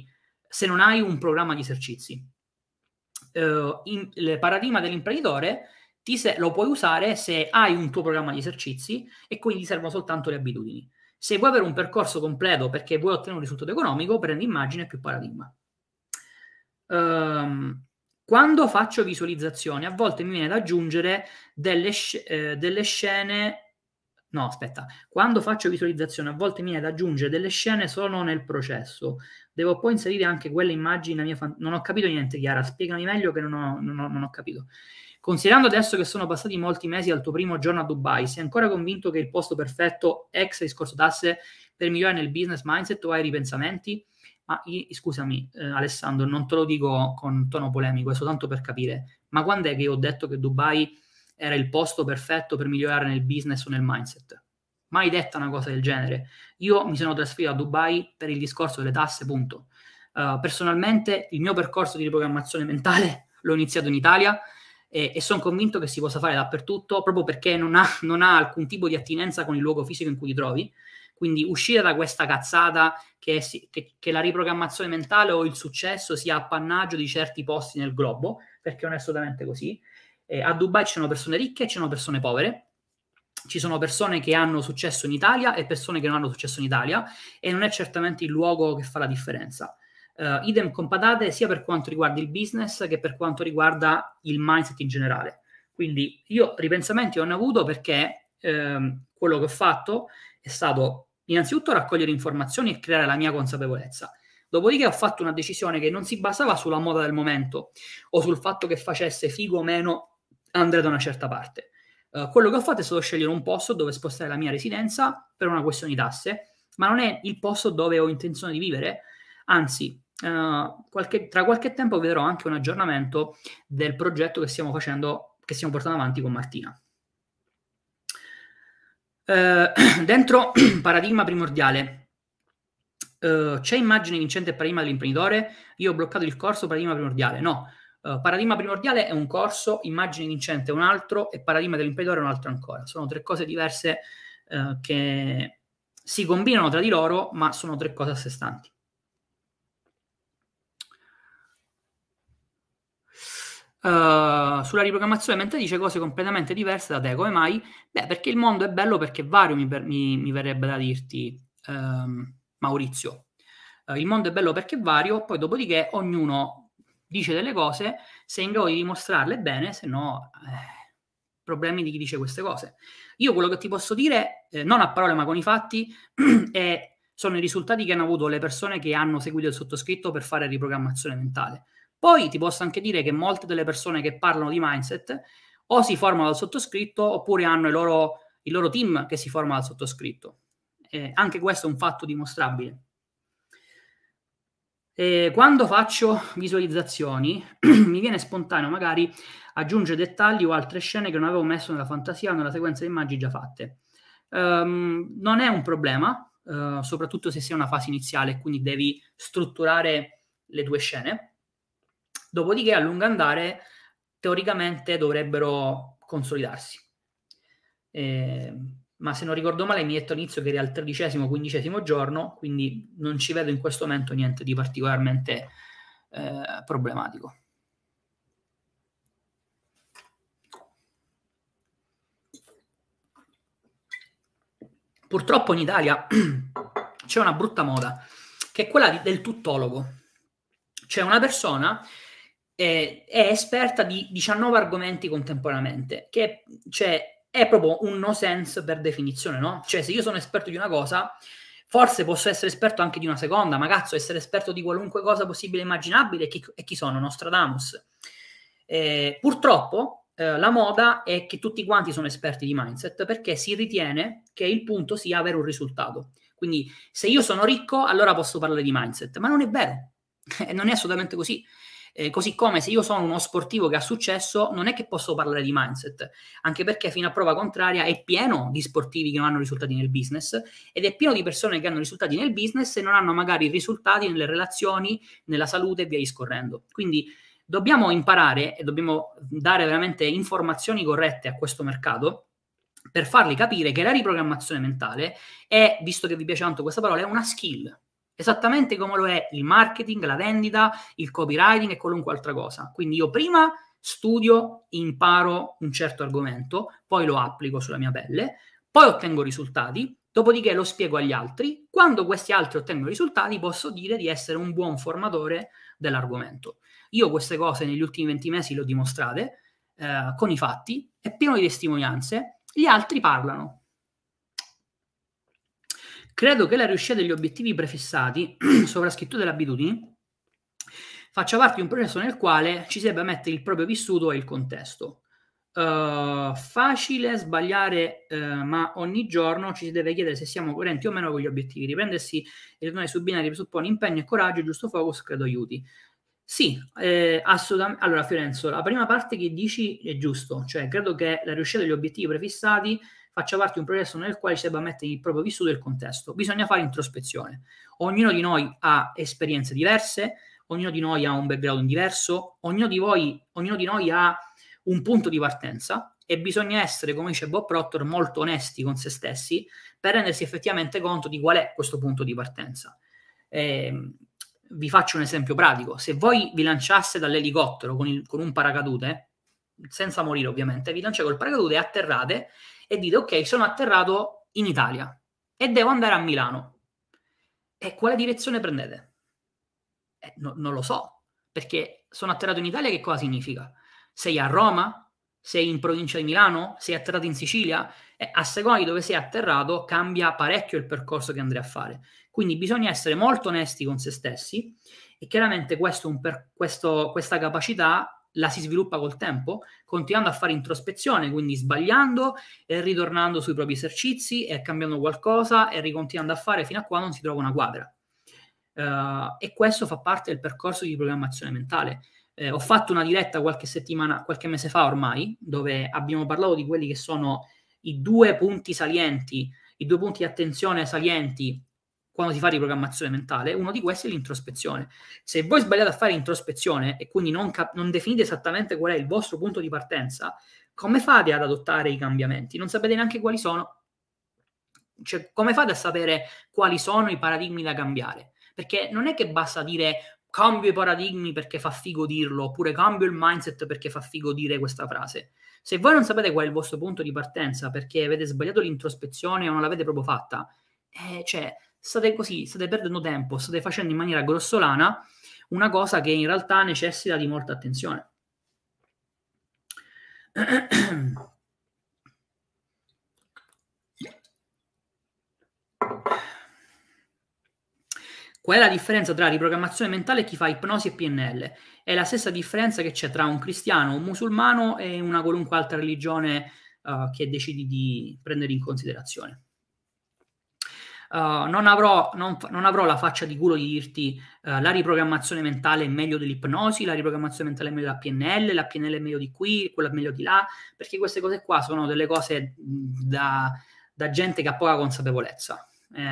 non hai un programma di esercizi. Il paradigma dell'imprenditore lo puoi usare se hai un tuo programma di esercizi e quindi ti servono soltanto le abitudini. Se vuoi avere un percorso completo perché vuoi ottenere un risultato economico, prendi immagine più paradigma. Quando faccio visualizzazioni, a volte mi viene da aggiungere delle scene. No, aspetta. Quando faccio visualizzazione, a volte mi viene da aggiungere delle scene solo nel processo. Devo poi inserire anche quelle immagini nella mia Non ho capito niente, Chiara. Spiegami meglio che non ho capito. Considerando adesso che sono passati molti mesi dal tuo primo giorno a Dubai, sei ancora convinto che il posto perfetto, ex discorso tasse, per migliorare nel business mindset o hai ripensamenti? Ma scusami, Alessandro, non te lo dico con tono polemico, è soltanto per capire. Ma quando è che io ho detto che Dubai era il posto perfetto per migliorare nel business o nel mindset? Mai detta una cosa del genere. Io mi sono trasferito a Dubai per il discorso delle tasse, punto. Personalmente il mio percorso di riprogrammazione mentale l'ho iniziato in Italia e sono convinto che si possa fare dappertutto proprio perché non ha alcun tipo di attinenza con il luogo fisico in cui ti trovi. Quindi uscire da questa cazzata che la riprogrammazione mentale o il successo sia appannaggio di certi posti nel globo, perché non è assolutamente così. A Dubai ci sono persone ricche e ci sono persone povere. Ci sono persone che hanno successo in Italia e persone che non hanno successo in Italia e non è certamente il luogo che fa la differenza. Idem con patate sia per quanto riguarda il business che per quanto riguarda il mindset in generale. Quindi io ripensamenti ho avuto perché quello che ho fatto è stato innanzitutto raccogliere informazioni e creare la mia consapevolezza. Dopodiché ho fatto una decisione che non si basava sulla moda del momento o sul fatto che facesse figo o meno andare da una certa parte. Quello che ho fatto è stato scegliere un posto dove spostare la mia residenza per una questione di tasse, ma non è il posto dove ho intenzione di vivere, anzi, tra qualche tempo vedrò anche un aggiornamento del progetto che stiamo facendo, che stiamo portando avanti con Martina. Dentro paradigma primordiale c'è immagine vincente e paradigma dell'imprenditore. Io ho bloccato il corso paradigma primordiale. No, paradigma primordiale è un corso, immagine vincente è un altro e paradigma dell'imprenditore è un altro ancora. Sono tre cose diverse che si combinano tra di loro, ma sono tre cose a sé stanti. Sulla riprogrammazione mentale dice cose completamente diverse da te. Come mai? Beh, perché il mondo è bello, perché vario, mi verrebbe da dirti, Maurizio. Il mondo è bello perché è vario, poi dopodiché ognuno dice delle cose, se è in grado di dimostrarle bene, se no problemi di chi dice queste cose. Io quello che ti posso dire, non a parole ma con i fatti, sono i risultati che hanno avuto le persone che hanno seguito il sottoscritto per fare riprogrammazione mentale. Poi ti posso anche dire che molte delle persone che parlano di mindset o si formano dal sottoscritto oppure hanno il loro team che si forma dal sottoscritto. Anche questo è un fatto dimostrabile. Quando faccio visualizzazioni mi viene spontaneo magari aggiungere dettagli o altre scene che non avevo messo nella fantasia o nella sequenza di immagini già fatte. Non è un problema, soprattutto se sei in una fase iniziale e quindi devi strutturare le tue scene. Dopodiché a lungo andare teoricamente dovrebbero consolidarsi. Ma se non ricordo male mi hai detto all'inizio che eri al 13° 15° giorno, quindi non ci vedo in questo momento niente di particolarmente problematico. Purtroppo in Italia c'è una brutta moda, che è quella del tuttologo. C'è una persona è esperta di 19 argomenti contemporaneamente, che è proprio un no sense per definizione, no? Cioè, se io sono esperto di una cosa, forse posso essere esperto anche di una seconda, ma cazzo, essere esperto di qualunque cosa possibile e immaginabile, e chi sono? Nostradamus. Purtroppo la moda è che tutti quanti sono esperti di mindset perché si ritiene che il punto sia avere un risultato. Quindi se io sono ricco, allora posso parlare di mindset, ma non è vero. Non è assolutamente così. Così come se io sono uno sportivo che ha successo, non è che posso parlare di mindset, anche perché fino a prova contraria è pieno di sportivi che non hanno risultati nel business ed è pieno di persone che hanno risultati nel business e non hanno magari risultati nelle relazioni, nella salute e via discorrendo. Quindi dobbiamo imparare e dobbiamo dare veramente informazioni corrette a questo mercato per fargli capire che la riprogrammazione mentale è, visto che vi piace tanto questa parola, è una skill. Esattamente come lo è il marketing, la vendita, il copywriting e qualunque altra cosa. Quindi io prima studio, imparo un certo argomento, poi lo applico sulla mia pelle, poi ottengo risultati, dopodiché lo spiego agli altri. Quando questi altri ottengono risultati, posso dire di essere un buon formatore dell'argomento. Io queste cose negli ultimi 20 mesi le ho dimostrate con i fatti, è pieno di testimonianze, gli altri parlano. Credo che la riuscita degli obiettivi prefissati, sovrascrittura delle abitudini, faccia parte di un processo nel quale ci si debba mettere il proprio vissuto e il contesto. Facile sbagliare, ma ogni giorno ci si deve chiedere se siamo coerenti o meno con gli obiettivi. Riprendersi e ritornare su binari presuppone impegno e coraggio, giusto focus, credo aiuti. Sì, assolutamente. Allora, Fiorenzo, la prima parte che dici è giusto, cioè credo che la riuscita degli obiettivi prefissati faccia parte di un processo nel quale ci debba mettere il proprio vissuto e il contesto. Bisogna fare introspezione. Ognuno di noi ha esperienze diverse, ognuno di noi ha un background diverso, ognuno di noi ha un punto di partenza e bisogna essere, come dice Bob Proctor, molto onesti con se stessi per rendersi effettivamente conto di qual è questo punto di partenza. Vi faccio un esempio pratico. Se voi vi lanciaste dall'elicottero con un paracadute, senza morire ovviamente, vi lanciate col paracadute e atterrate e dite ok, sono atterrato in Italia e devo andare a Milano. E quale direzione prendete? Non lo so, perché sono atterrato in Italia che cosa significa? Sei a Roma? sei in provincia di Milano, sei atterrato in Sicilia, e a seconda di dove sei atterrato cambia parecchio il percorso che andrei a fare. Quindi bisogna essere molto onesti con se stessi e chiaramente questa capacità la si sviluppa col tempo, continuando a fare introspezione, quindi sbagliando e ritornando sui propri esercizi e cambiando qualcosa e ricontinuando a fare fino a quando non si trova una quadra. E questo fa parte del percorso di programmazione mentale. Ho fatto una diretta qualche mese fa ormai, dove abbiamo parlato di quelli che sono i 2 punti salienti, i 2 punti di attenzione salienti quando si fa riprogrammazione mentale. Uno di questi è l'introspezione. Se voi sbagliate a fare introspezione e quindi non definite esattamente qual è il vostro punto di partenza, come fate ad adottare i cambiamenti? Non sapete neanche quali sono. Cioè, come fate a sapere quali sono i paradigmi da cambiare? Perché non è che basta dire cambio i paradigmi perché fa figo dirlo, oppure cambio il mindset perché fa figo dire questa frase. Se voi non sapete qual è il vostro punto di partenza perché avete sbagliato l'introspezione o non l'avete proprio fatta, cioè, state perdendo tempo, state facendo in maniera grossolana una cosa che in realtà necessita di molta attenzione. Qual è la differenza tra riprogrammazione mentale e chi fa ipnosi e PNL? È la stessa differenza che c'è tra un cristiano, un musulmano e una qualunque altra religione che decidi di prendere in considerazione. Non avrò la faccia di culo di dirti la riprogrammazione mentale è meglio dell'ipnosi, la riprogrammazione mentale è meglio della PNL, la PNL è meglio di qui, quella è meglio di là, perché queste cose qua sono delle cose da gente che ha poca consapevolezza.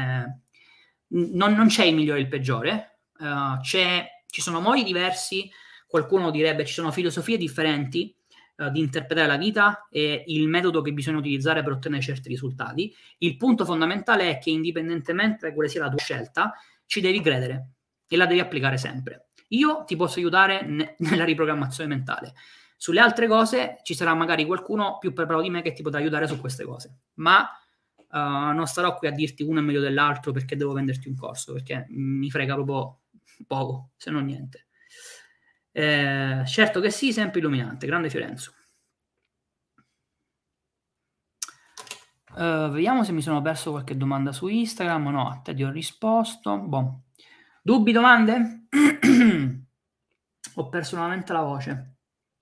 Non c'è il migliore e il peggiore, ci sono modi diversi, qualcuno direbbe ci sono filosofie differenti di interpretare la vita e il metodo che bisogna utilizzare per ottenere certi risultati. Il punto fondamentale è che indipendentemente da quale sia la tua scelta, ci devi credere e la devi applicare sempre. Io ti posso aiutare nella riprogrammazione mentale. Sulle altre cose ci sarà magari qualcuno più preparato di me che ti potrà aiutare su queste cose, ma non starò qui a dirti uno è meglio dell'altro perché devo venderti un corso, perché mi frega proprio poco, se non niente. Certo che sì, sempre illuminante, grande Fiorenzo. Vediamo se mi sono perso qualche domanda su Instagram. No, a te ti ho risposto. Boh. Dubbi, domande? Ho perso nuovamente la voce.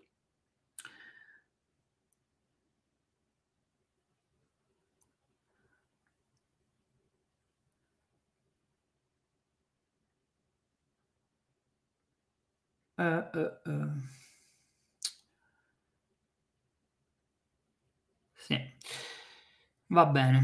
Sì, va bene.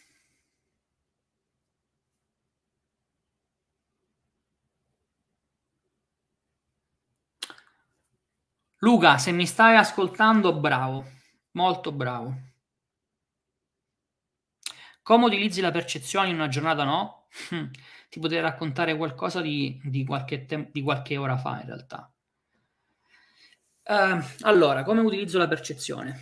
Luca, se mi stai ascoltando, bravo, molto bravo. Come utilizzi la percezione in una giornata? No? Ti potrei raccontare qualcosa di qualche ora fa, in realtà. Allora, come utilizzo la percezione?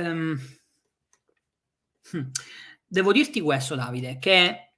Devo dirti questo, Davide, che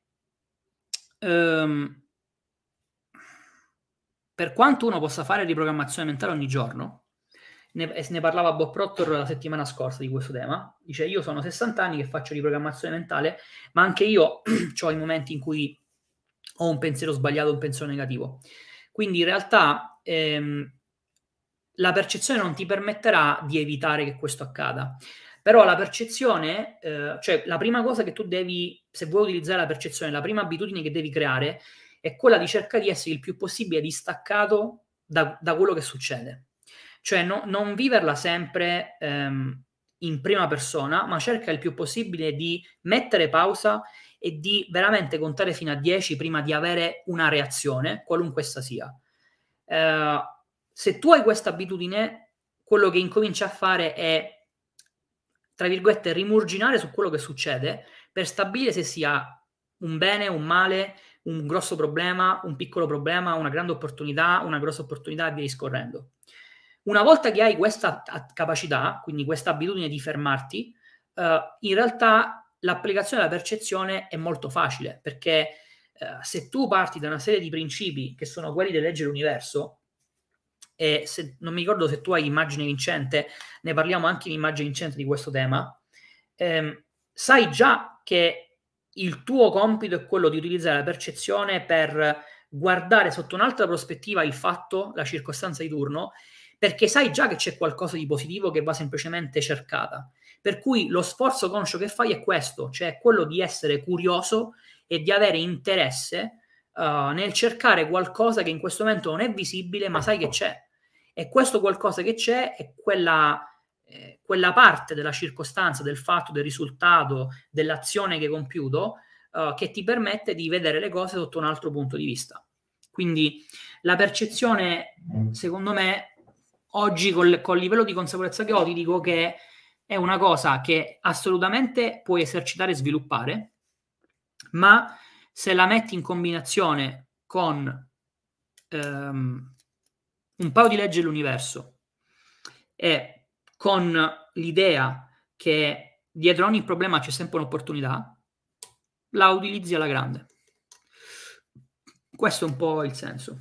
per quanto uno possa fare riprogrammazione mentale ogni giorno, ne parlava Bob Proctor la settimana scorsa di questo tema, dice io sono 60 anni che faccio riprogrammazione mentale, ma anche io ho i momenti in cui ho un pensiero sbagliato, un pensiero negativo. Quindi in realtà la percezione non ti permetterà di evitare che questo accada. Però la percezione, cioè la prima cosa che tu devi, se vuoi utilizzare la percezione, la prima abitudine che devi creare è quella di cercare di essere il più possibile distaccato da quello che succede. Cioè non viverla sempre in prima persona, ma cerca il più possibile di mettere pausa e di veramente contare fino a 10 prima di avere una reazione, qualunque essa sia. Se tu hai questa abitudine, quello che incominci a fare è, tra virgolette, rimurginare su quello che succede per stabilire se sia un bene, un male, un grosso problema, un piccolo problema, una grande opportunità, una grossa opportunità e via discorrendo. Una volta che hai questa capacità, quindi questa abitudine di fermarti, in realtà l'applicazione della percezione è molto facile, perché se tu parti da una serie di principi che sono quelli di legge dell'universo, e non mi ricordo se tu hai immagine vincente, ne parliamo anche in immagine vincente di questo tema, sai già che il tuo compito è quello di utilizzare la percezione per guardare sotto un'altra prospettiva il fatto, la circostanza di turno, perché sai già che c'è qualcosa di positivo che va semplicemente cercata. Per cui lo sforzo conscio che fai è questo, cioè quello di essere curioso e di avere interesse nel cercare qualcosa che in questo momento non è visibile, ma sai che c'è. E questo qualcosa che c'è è quella parte della circostanza, del fatto, del risultato, dell'azione che hai compiuto, che ti permette di vedere le cose sotto un altro punto di vista. Quindi la percezione, secondo me, oggi col livello di consapevolezza che ho, ti dico che è una cosa che assolutamente puoi esercitare e sviluppare, ma se la metti in combinazione con un paio di leggi dell'universo e con l'idea che dietro ogni problema c'è sempre un'opportunità, la utilizzi alla grande. Questo è un po' il senso.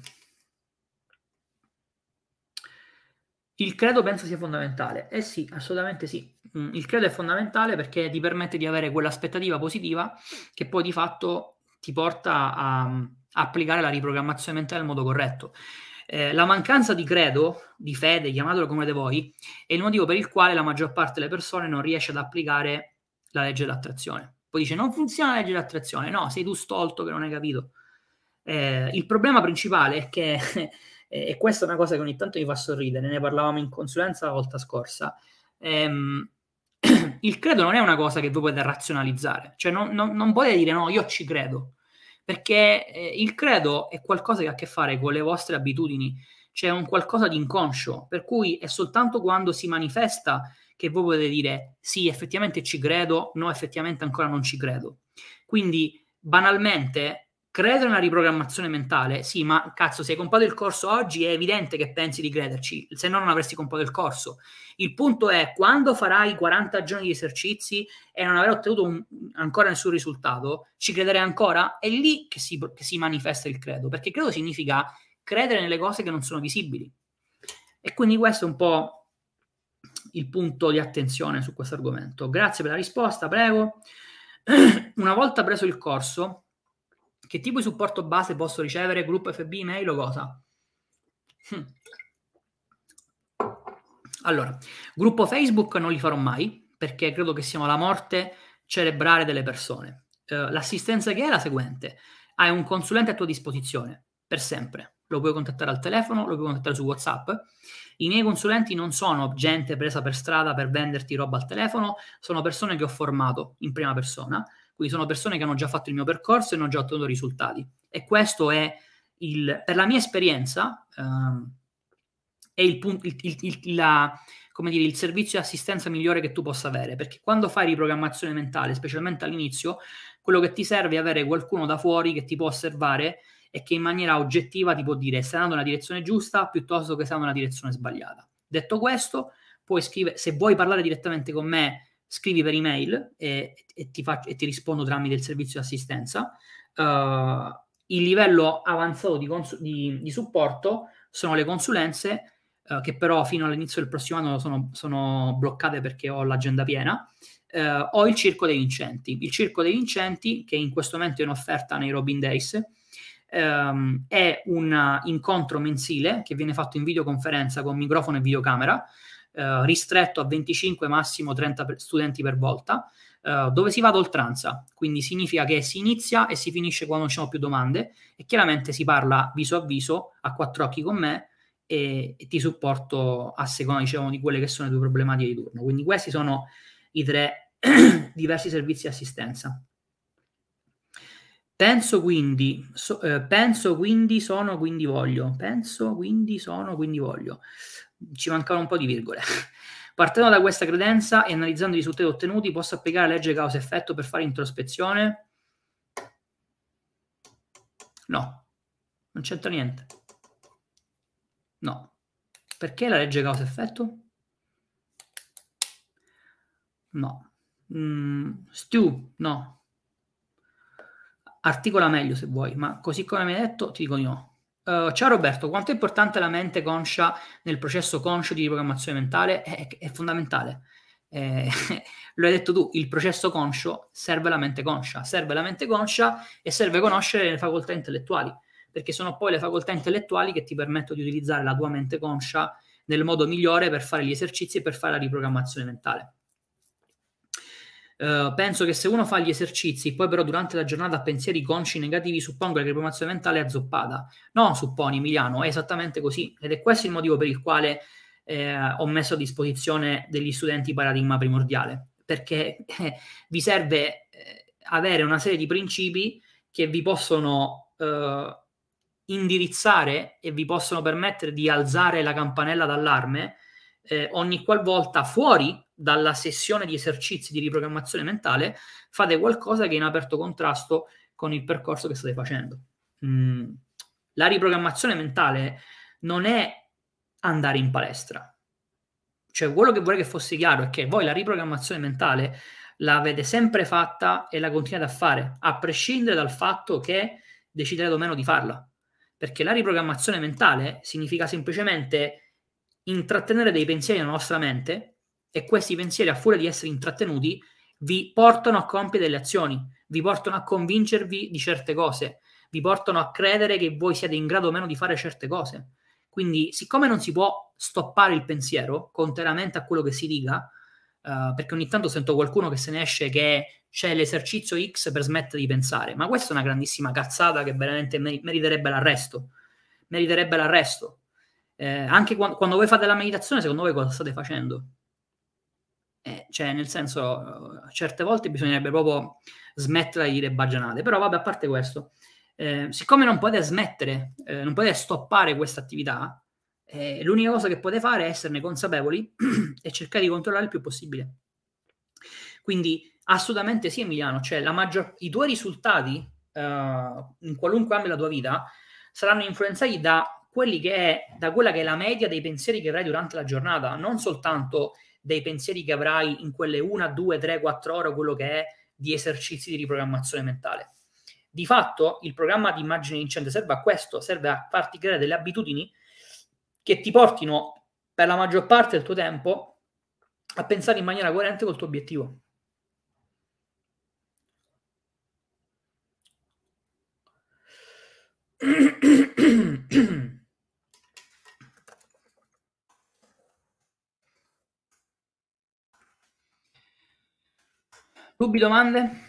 Il credo penso sia fondamentale. Eh sì, assolutamente sì. Il credo è fondamentale perché ti permette di avere quell'aspettativa positiva che poi di fatto ti porta a applicare la riprogrammazione mentale nel modo corretto. La mancanza di credo, di fede, chiamatelo come voi, è il motivo per il quale la maggior parte delle persone non riesce ad applicare la legge dell'attrazione. Poi dice, non funziona la legge dell'attrazione. No, sei tu stolto che non hai capito. Il problema principale è che, e questa è una cosa che ogni tanto mi fa sorridere, ne parlavamo in consulenza la volta scorsa, il credo non è una cosa che voi potete razionalizzare, cioè non potete dire no, io ci credo, perché il credo è qualcosa che ha a che fare con le vostre abitudini, c'è un qualcosa di inconscio, per cui è soltanto quando si manifesta che voi potete dire sì, effettivamente ci credo, no, effettivamente ancora non ci credo. Quindi, banalmente, credere nella riprogrammazione mentale, sì, ma cazzo, se hai comprato il corso oggi è evidente che pensi di crederci, se no non avresti comprato il corso. Il punto è, quando farai 40 giorni di esercizi e non avrai ottenuto ancora nessun risultato, ci crederai ancora? È lì che si manifesta il credo, perché credo significa credere nelle cose che non sono visibili. E quindi questo è un po' il punto di attenzione su questo argomento. Grazie per la risposta, prego. Una volta preso il corso, che tipo di supporto base posso ricevere? Gruppo FB, email o cosa? Allora, gruppo Facebook non li farò mai, perché credo che siano la morte cerebrale delle persone. L'assistenza che è la seguente: hai un consulente a tua disposizione per sempre, lo puoi contattare al telefono, lo puoi contattare su WhatsApp. I miei consulenti non sono gente presa per strada per venderti roba al telefono, sono persone che ho formato in prima persona, quindi sono persone che hanno già fatto il mio percorso e hanno già ottenuto risultati. E questo è per la mia esperienza, è come dire, il servizio di assistenza migliore che tu possa avere, perché quando fai riprogrammazione mentale, specialmente all'inizio, quello che ti serve è avere qualcuno da fuori che ti può osservare e che in maniera oggettiva ti può dire stai andando nella direzione giusta piuttosto che stai andando nella direzione sbagliata. Detto questo, puoi scrivere, se vuoi parlare direttamente con me, scrivi per email e ti rispondo tramite il servizio di assistenza. Il livello avanzato di supporto sono le consulenze, che però fino all'inizio del prossimo anno sono bloccate perché ho l'agenda piena. Ho il Circo dei Vincenti. Il Circo dei Vincenti, che in questo momento è in offerta nei Robin Days, è un incontro mensile che viene fatto in videoconferenza con microfono e videocamera, ristretto a 25, massimo 30 studenti per volta, dove si va ad oltranza, quindi significa che si inizia e si finisce quando non ci sono più domande e chiaramente si parla viso a viso, a quattro occhi con me e ti supporto a seconda, diciamo, di quelle che sono le tue problematiche di turno. Quindi questi sono i 3 diversi servizi di assistenza. Penso quindi, sono, quindi voglio. Penso, quindi sono, quindi voglio. Ci mancavano un po' di virgole. Partendo da questa credenza e analizzando i risultati ottenuti, posso applicare la legge causa-effetto per fare introspezione? No, non c'entra niente. No. Perché la legge causa-effetto? No. Stu, no. Articola meglio se vuoi, ma così come mi hai detto ti dico di no. Ciao Roberto, quanto è importante la mente conscia nel processo conscio di riprogrammazione mentale? È fondamentale. Lo hai detto tu, il processo conscio serve la mente conscia e serve conoscere le facoltà intellettuali, perché sono poi le facoltà intellettuali che ti permettono di utilizzare la tua mente conscia nel modo migliore per fare gli esercizi e per fare la riprogrammazione mentale. Penso che se uno fa gli esercizi, poi però durante la giornata ha pensieri consci negativi, suppongo che la riprogrammazione mentale è azzoppata. No, supponi, Emiliano, è esattamente così. Ed è questo il motivo per il quale ho messo a disposizione degli studenti Paradigma Primordiale, perché vi serve avere una serie di principi che vi possono indirizzare e vi possono permettere di alzare la campanella d'allarme ogni qualvolta fuori dalla sessione di esercizi di riprogrammazione mentale fate qualcosa che è in aperto contrasto con il percorso che state facendo. La riprogrammazione mentale non è andare in palestra. Cioè, quello che vorrei che fosse chiaro è che voi la riprogrammazione mentale l'avete sempre fatta e la continuate a fare, a prescindere dal fatto che deciderete o meno di farla. Perché la riprogrammazione mentale significa semplicemente intrattenere dei pensieri nella nostra mente e questi pensieri, a furia di essere intrattenuti, vi portano a compiere delle azioni, vi portano a convincervi di certe cose, vi portano a credere che voi siete in grado o meno di fare certe cose. Quindi, siccome non si può stoppare il pensiero, contrariamente a quello che si dica, perché ogni tanto sento qualcuno che se ne esce che c'è l'esercizio X per smettere di pensare, ma questa è una grandissima cazzata che veramente meriterebbe l'arresto. Meriterebbe l'arresto. Anche quando voi fate la meditazione, secondo voi cosa state facendo? Cioè, nel senso, certe volte bisognerebbe proprio smettere di dire baggianate. Però vabbè, a parte questo, siccome non potete smettere, non potete stoppare questa attività, l'unica cosa che potete fare è esserne consapevoli e cercare di controllare il più possibile. Quindi assolutamente sì, Emiliano, cioè i tuoi risultati in qualunque ambito della tua vita saranno influenzati da quella che è la media dei pensieri che avrai durante la giornata, non soltanto dei pensieri che avrai in quelle 1, 2, 3, 4 ore, quello che è di esercizi di riprogrammazione mentale. Di fatto, il programma di immagine vincente serve a questo, serve a farti creare delle abitudini che ti portino per la maggior parte del tuo tempo a pensare in maniera coerente col tuo obiettivo. Dubbi, domande?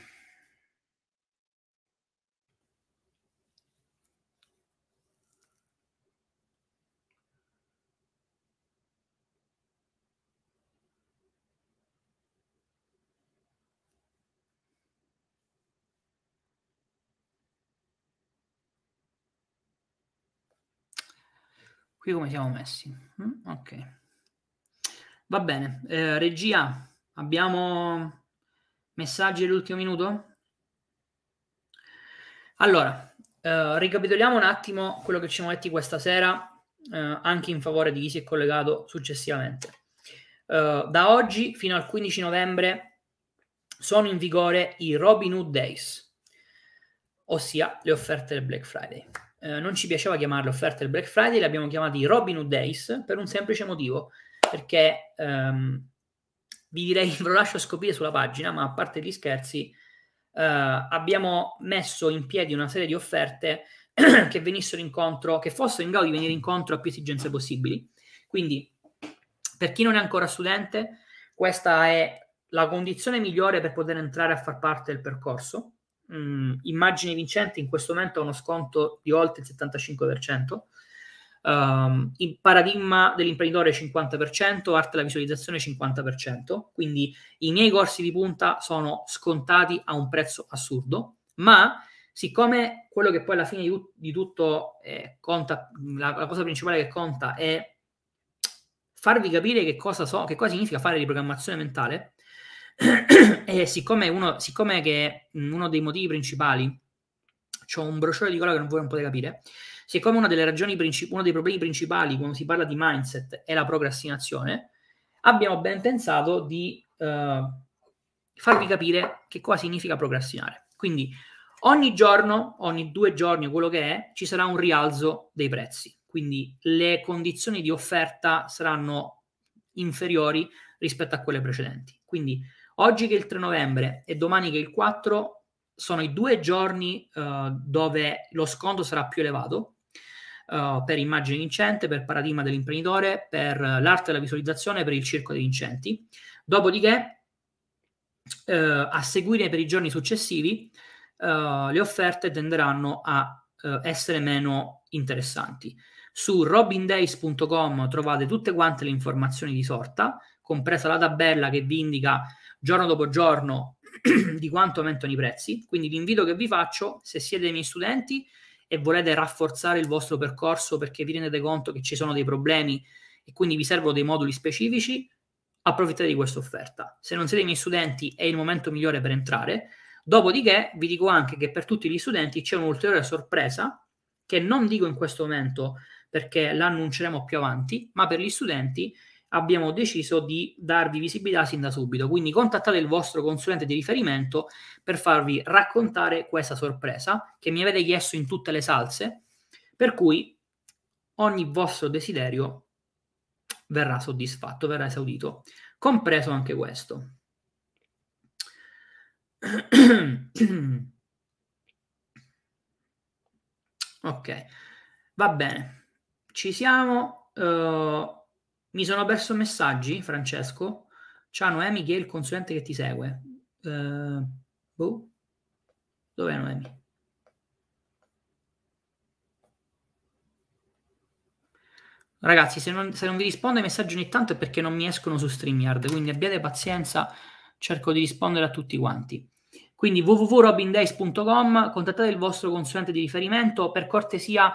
Qui come siamo messi? Ok. Va bene. Regia, abbiamo messaggi dell'ultimo minuto? Allora, ricapitoliamo un attimo quello che ci siamo detti questa sera, anche in favore di chi si è collegato successivamente. Da oggi fino al 15 novembre sono in vigore i Robin Hood Days, ossia le offerte del Black Friday. Non ci piaceva chiamarle offerte del Black Friday, le abbiamo chiamati Robin Hood Days per un semplice motivo, perché vi direi, ve lo lascio scoprire sulla pagina, ma a parte gli scherzi, abbiamo messo in piedi una serie di offerte che venissero incontro, che fossero in grado di venire incontro a più esigenze possibili. Quindi, per chi non è ancora studente, questa è la condizione migliore per poter entrare a far parte del percorso. Immagine vincente in questo momento ha uno sconto di oltre il 75%. Il paradigma dell'imprenditore 50%, arte della visualizzazione 50%, quindi i miei corsi di punta sono scontati a un prezzo assurdo, ma siccome quello che poi alla fine di tutto conta, la cosa principale che conta è farvi capire che cosa significa fare riprogrammazione mentale, e siccome che uno dei motivi principali, c'ho un brociore di cola che non potete capire, siccome una delle ragioni uno dei problemi principali quando si parla di mindset è la procrastinazione, abbiamo ben pensato di farvi capire che cosa significa procrastinare. Quindi Ogni giorno, ogni 2 giorni, quello che è, ci sarà un rialzo dei prezzi. Quindi le condizioni di offerta saranno inferiori rispetto a quelle precedenti. Quindi oggi che è il 3 novembre e domani che è il 4 sono i 2 giorni dove lo sconto sarà più elevato per immagine vincente, per paradigma dell'imprenditore, per l'arte della visualizzazione, per il circo dei vincenti. Dopodiché, a seguire per i giorni successivi, le offerte tenderanno a essere meno interessanti. Su robindays.com trovate tutte quante le informazioni di sorta, compresa la tabella che vi indica giorno dopo giorno di quanto aumentano i prezzi. Quindi l'invito che vi faccio, se siete dei miei studenti e volete rafforzare il vostro percorso perché vi rendete conto che ci sono dei problemi e quindi vi servono dei moduli specifici, approfittate di questa offerta. Se non siete i miei studenti è il momento migliore per entrare. Dopodiché vi dico anche che per tutti gli studenti c'è un'ulteriore sorpresa che non dico in questo momento perché l'annunceremo più avanti, ma per gli studenti abbiamo deciso di darvi visibilità sin da subito. Quindi contattate il vostro consulente di riferimento per farvi raccontare questa sorpresa che mi avete chiesto in tutte le salse, per cui ogni vostro desiderio verrà soddisfatto, verrà esaudito, compreso anche questo. Ok, va bene, ci siamo. Mi sono perso messaggi, Francesco. Ciao Noemi, chi è il consulente che ti segue? Boh. Dov'è Noemi? Ragazzi, se non vi rispondo ai messaggi ogni tanto è perché non mi escono su StreamYard, quindi abbiate pazienza, cerco di rispondere a tutti quanti. Quindi www.robindays.com, contattate il vostro consulente di riferimento, per cortesia.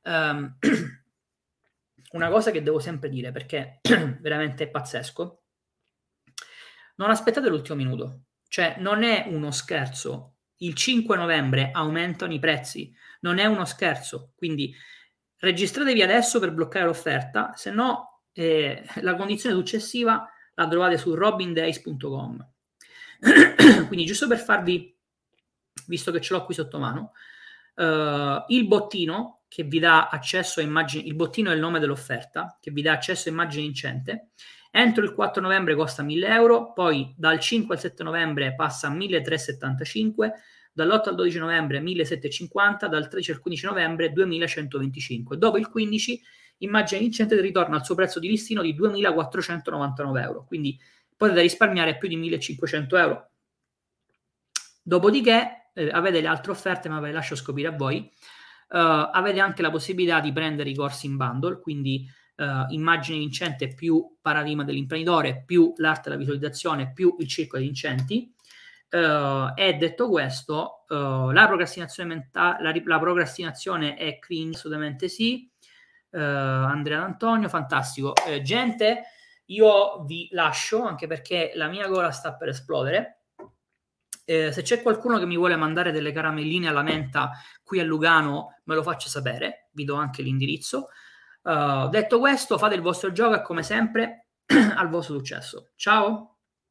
Una cosa che devo sempre dire, perché veramente è pazzesco, non aspettate l'ultimo minuto, cioè non è uno scherzo, il 5 novembre aumentano i prezzi, non è uno scherzo, quindi registratevi adesso per bloccare l'offerta, se no la condizione successiva la trovate su robindays.com. Quindi giusto per farvi, visto che ce l'ho qui sotto mano, il bottino che vi dà accesso a immagini, il bottino è il nome dell'offerta, che vi dà accesso a immagini vincente, entro il 4 novembre costa 1.000 euro, poi dal 5 al 7 novembre passa a 1.375, dall'8 al 12 novembre 1.750, dal 13 al 15 novembre 2.125. Dopo il 15 immagine vincente ritorna al suo prezzo di listino di 2.499 euro, quindi potete risparmiare più di 1.500 euro. Dopodiché avete le altre offerte, ma ve le lascio scoprire a voi. Avete anche la possibilità di prendere i corsi in bundle, quindi immagine vincente più paradigma dell'imprenditore più l'arte della visualizzazione più il circo dei vincenti. E detto questo, la procrastinazione mentale, la procrastinazione è cringe, assolutamente sì. Andrea D'Antonio, fantastico. Gente, io vi lascio anche perché la mia gola sta per esplodere. Se c'è qualcuno che mi vuole mandare delle caramelline alla menta qui a Lugano, me lo faccia sapere, vi do anche l'indirizzo. Detto questo, fate il vostro gioco e come sempre al vostro successo. Ciao!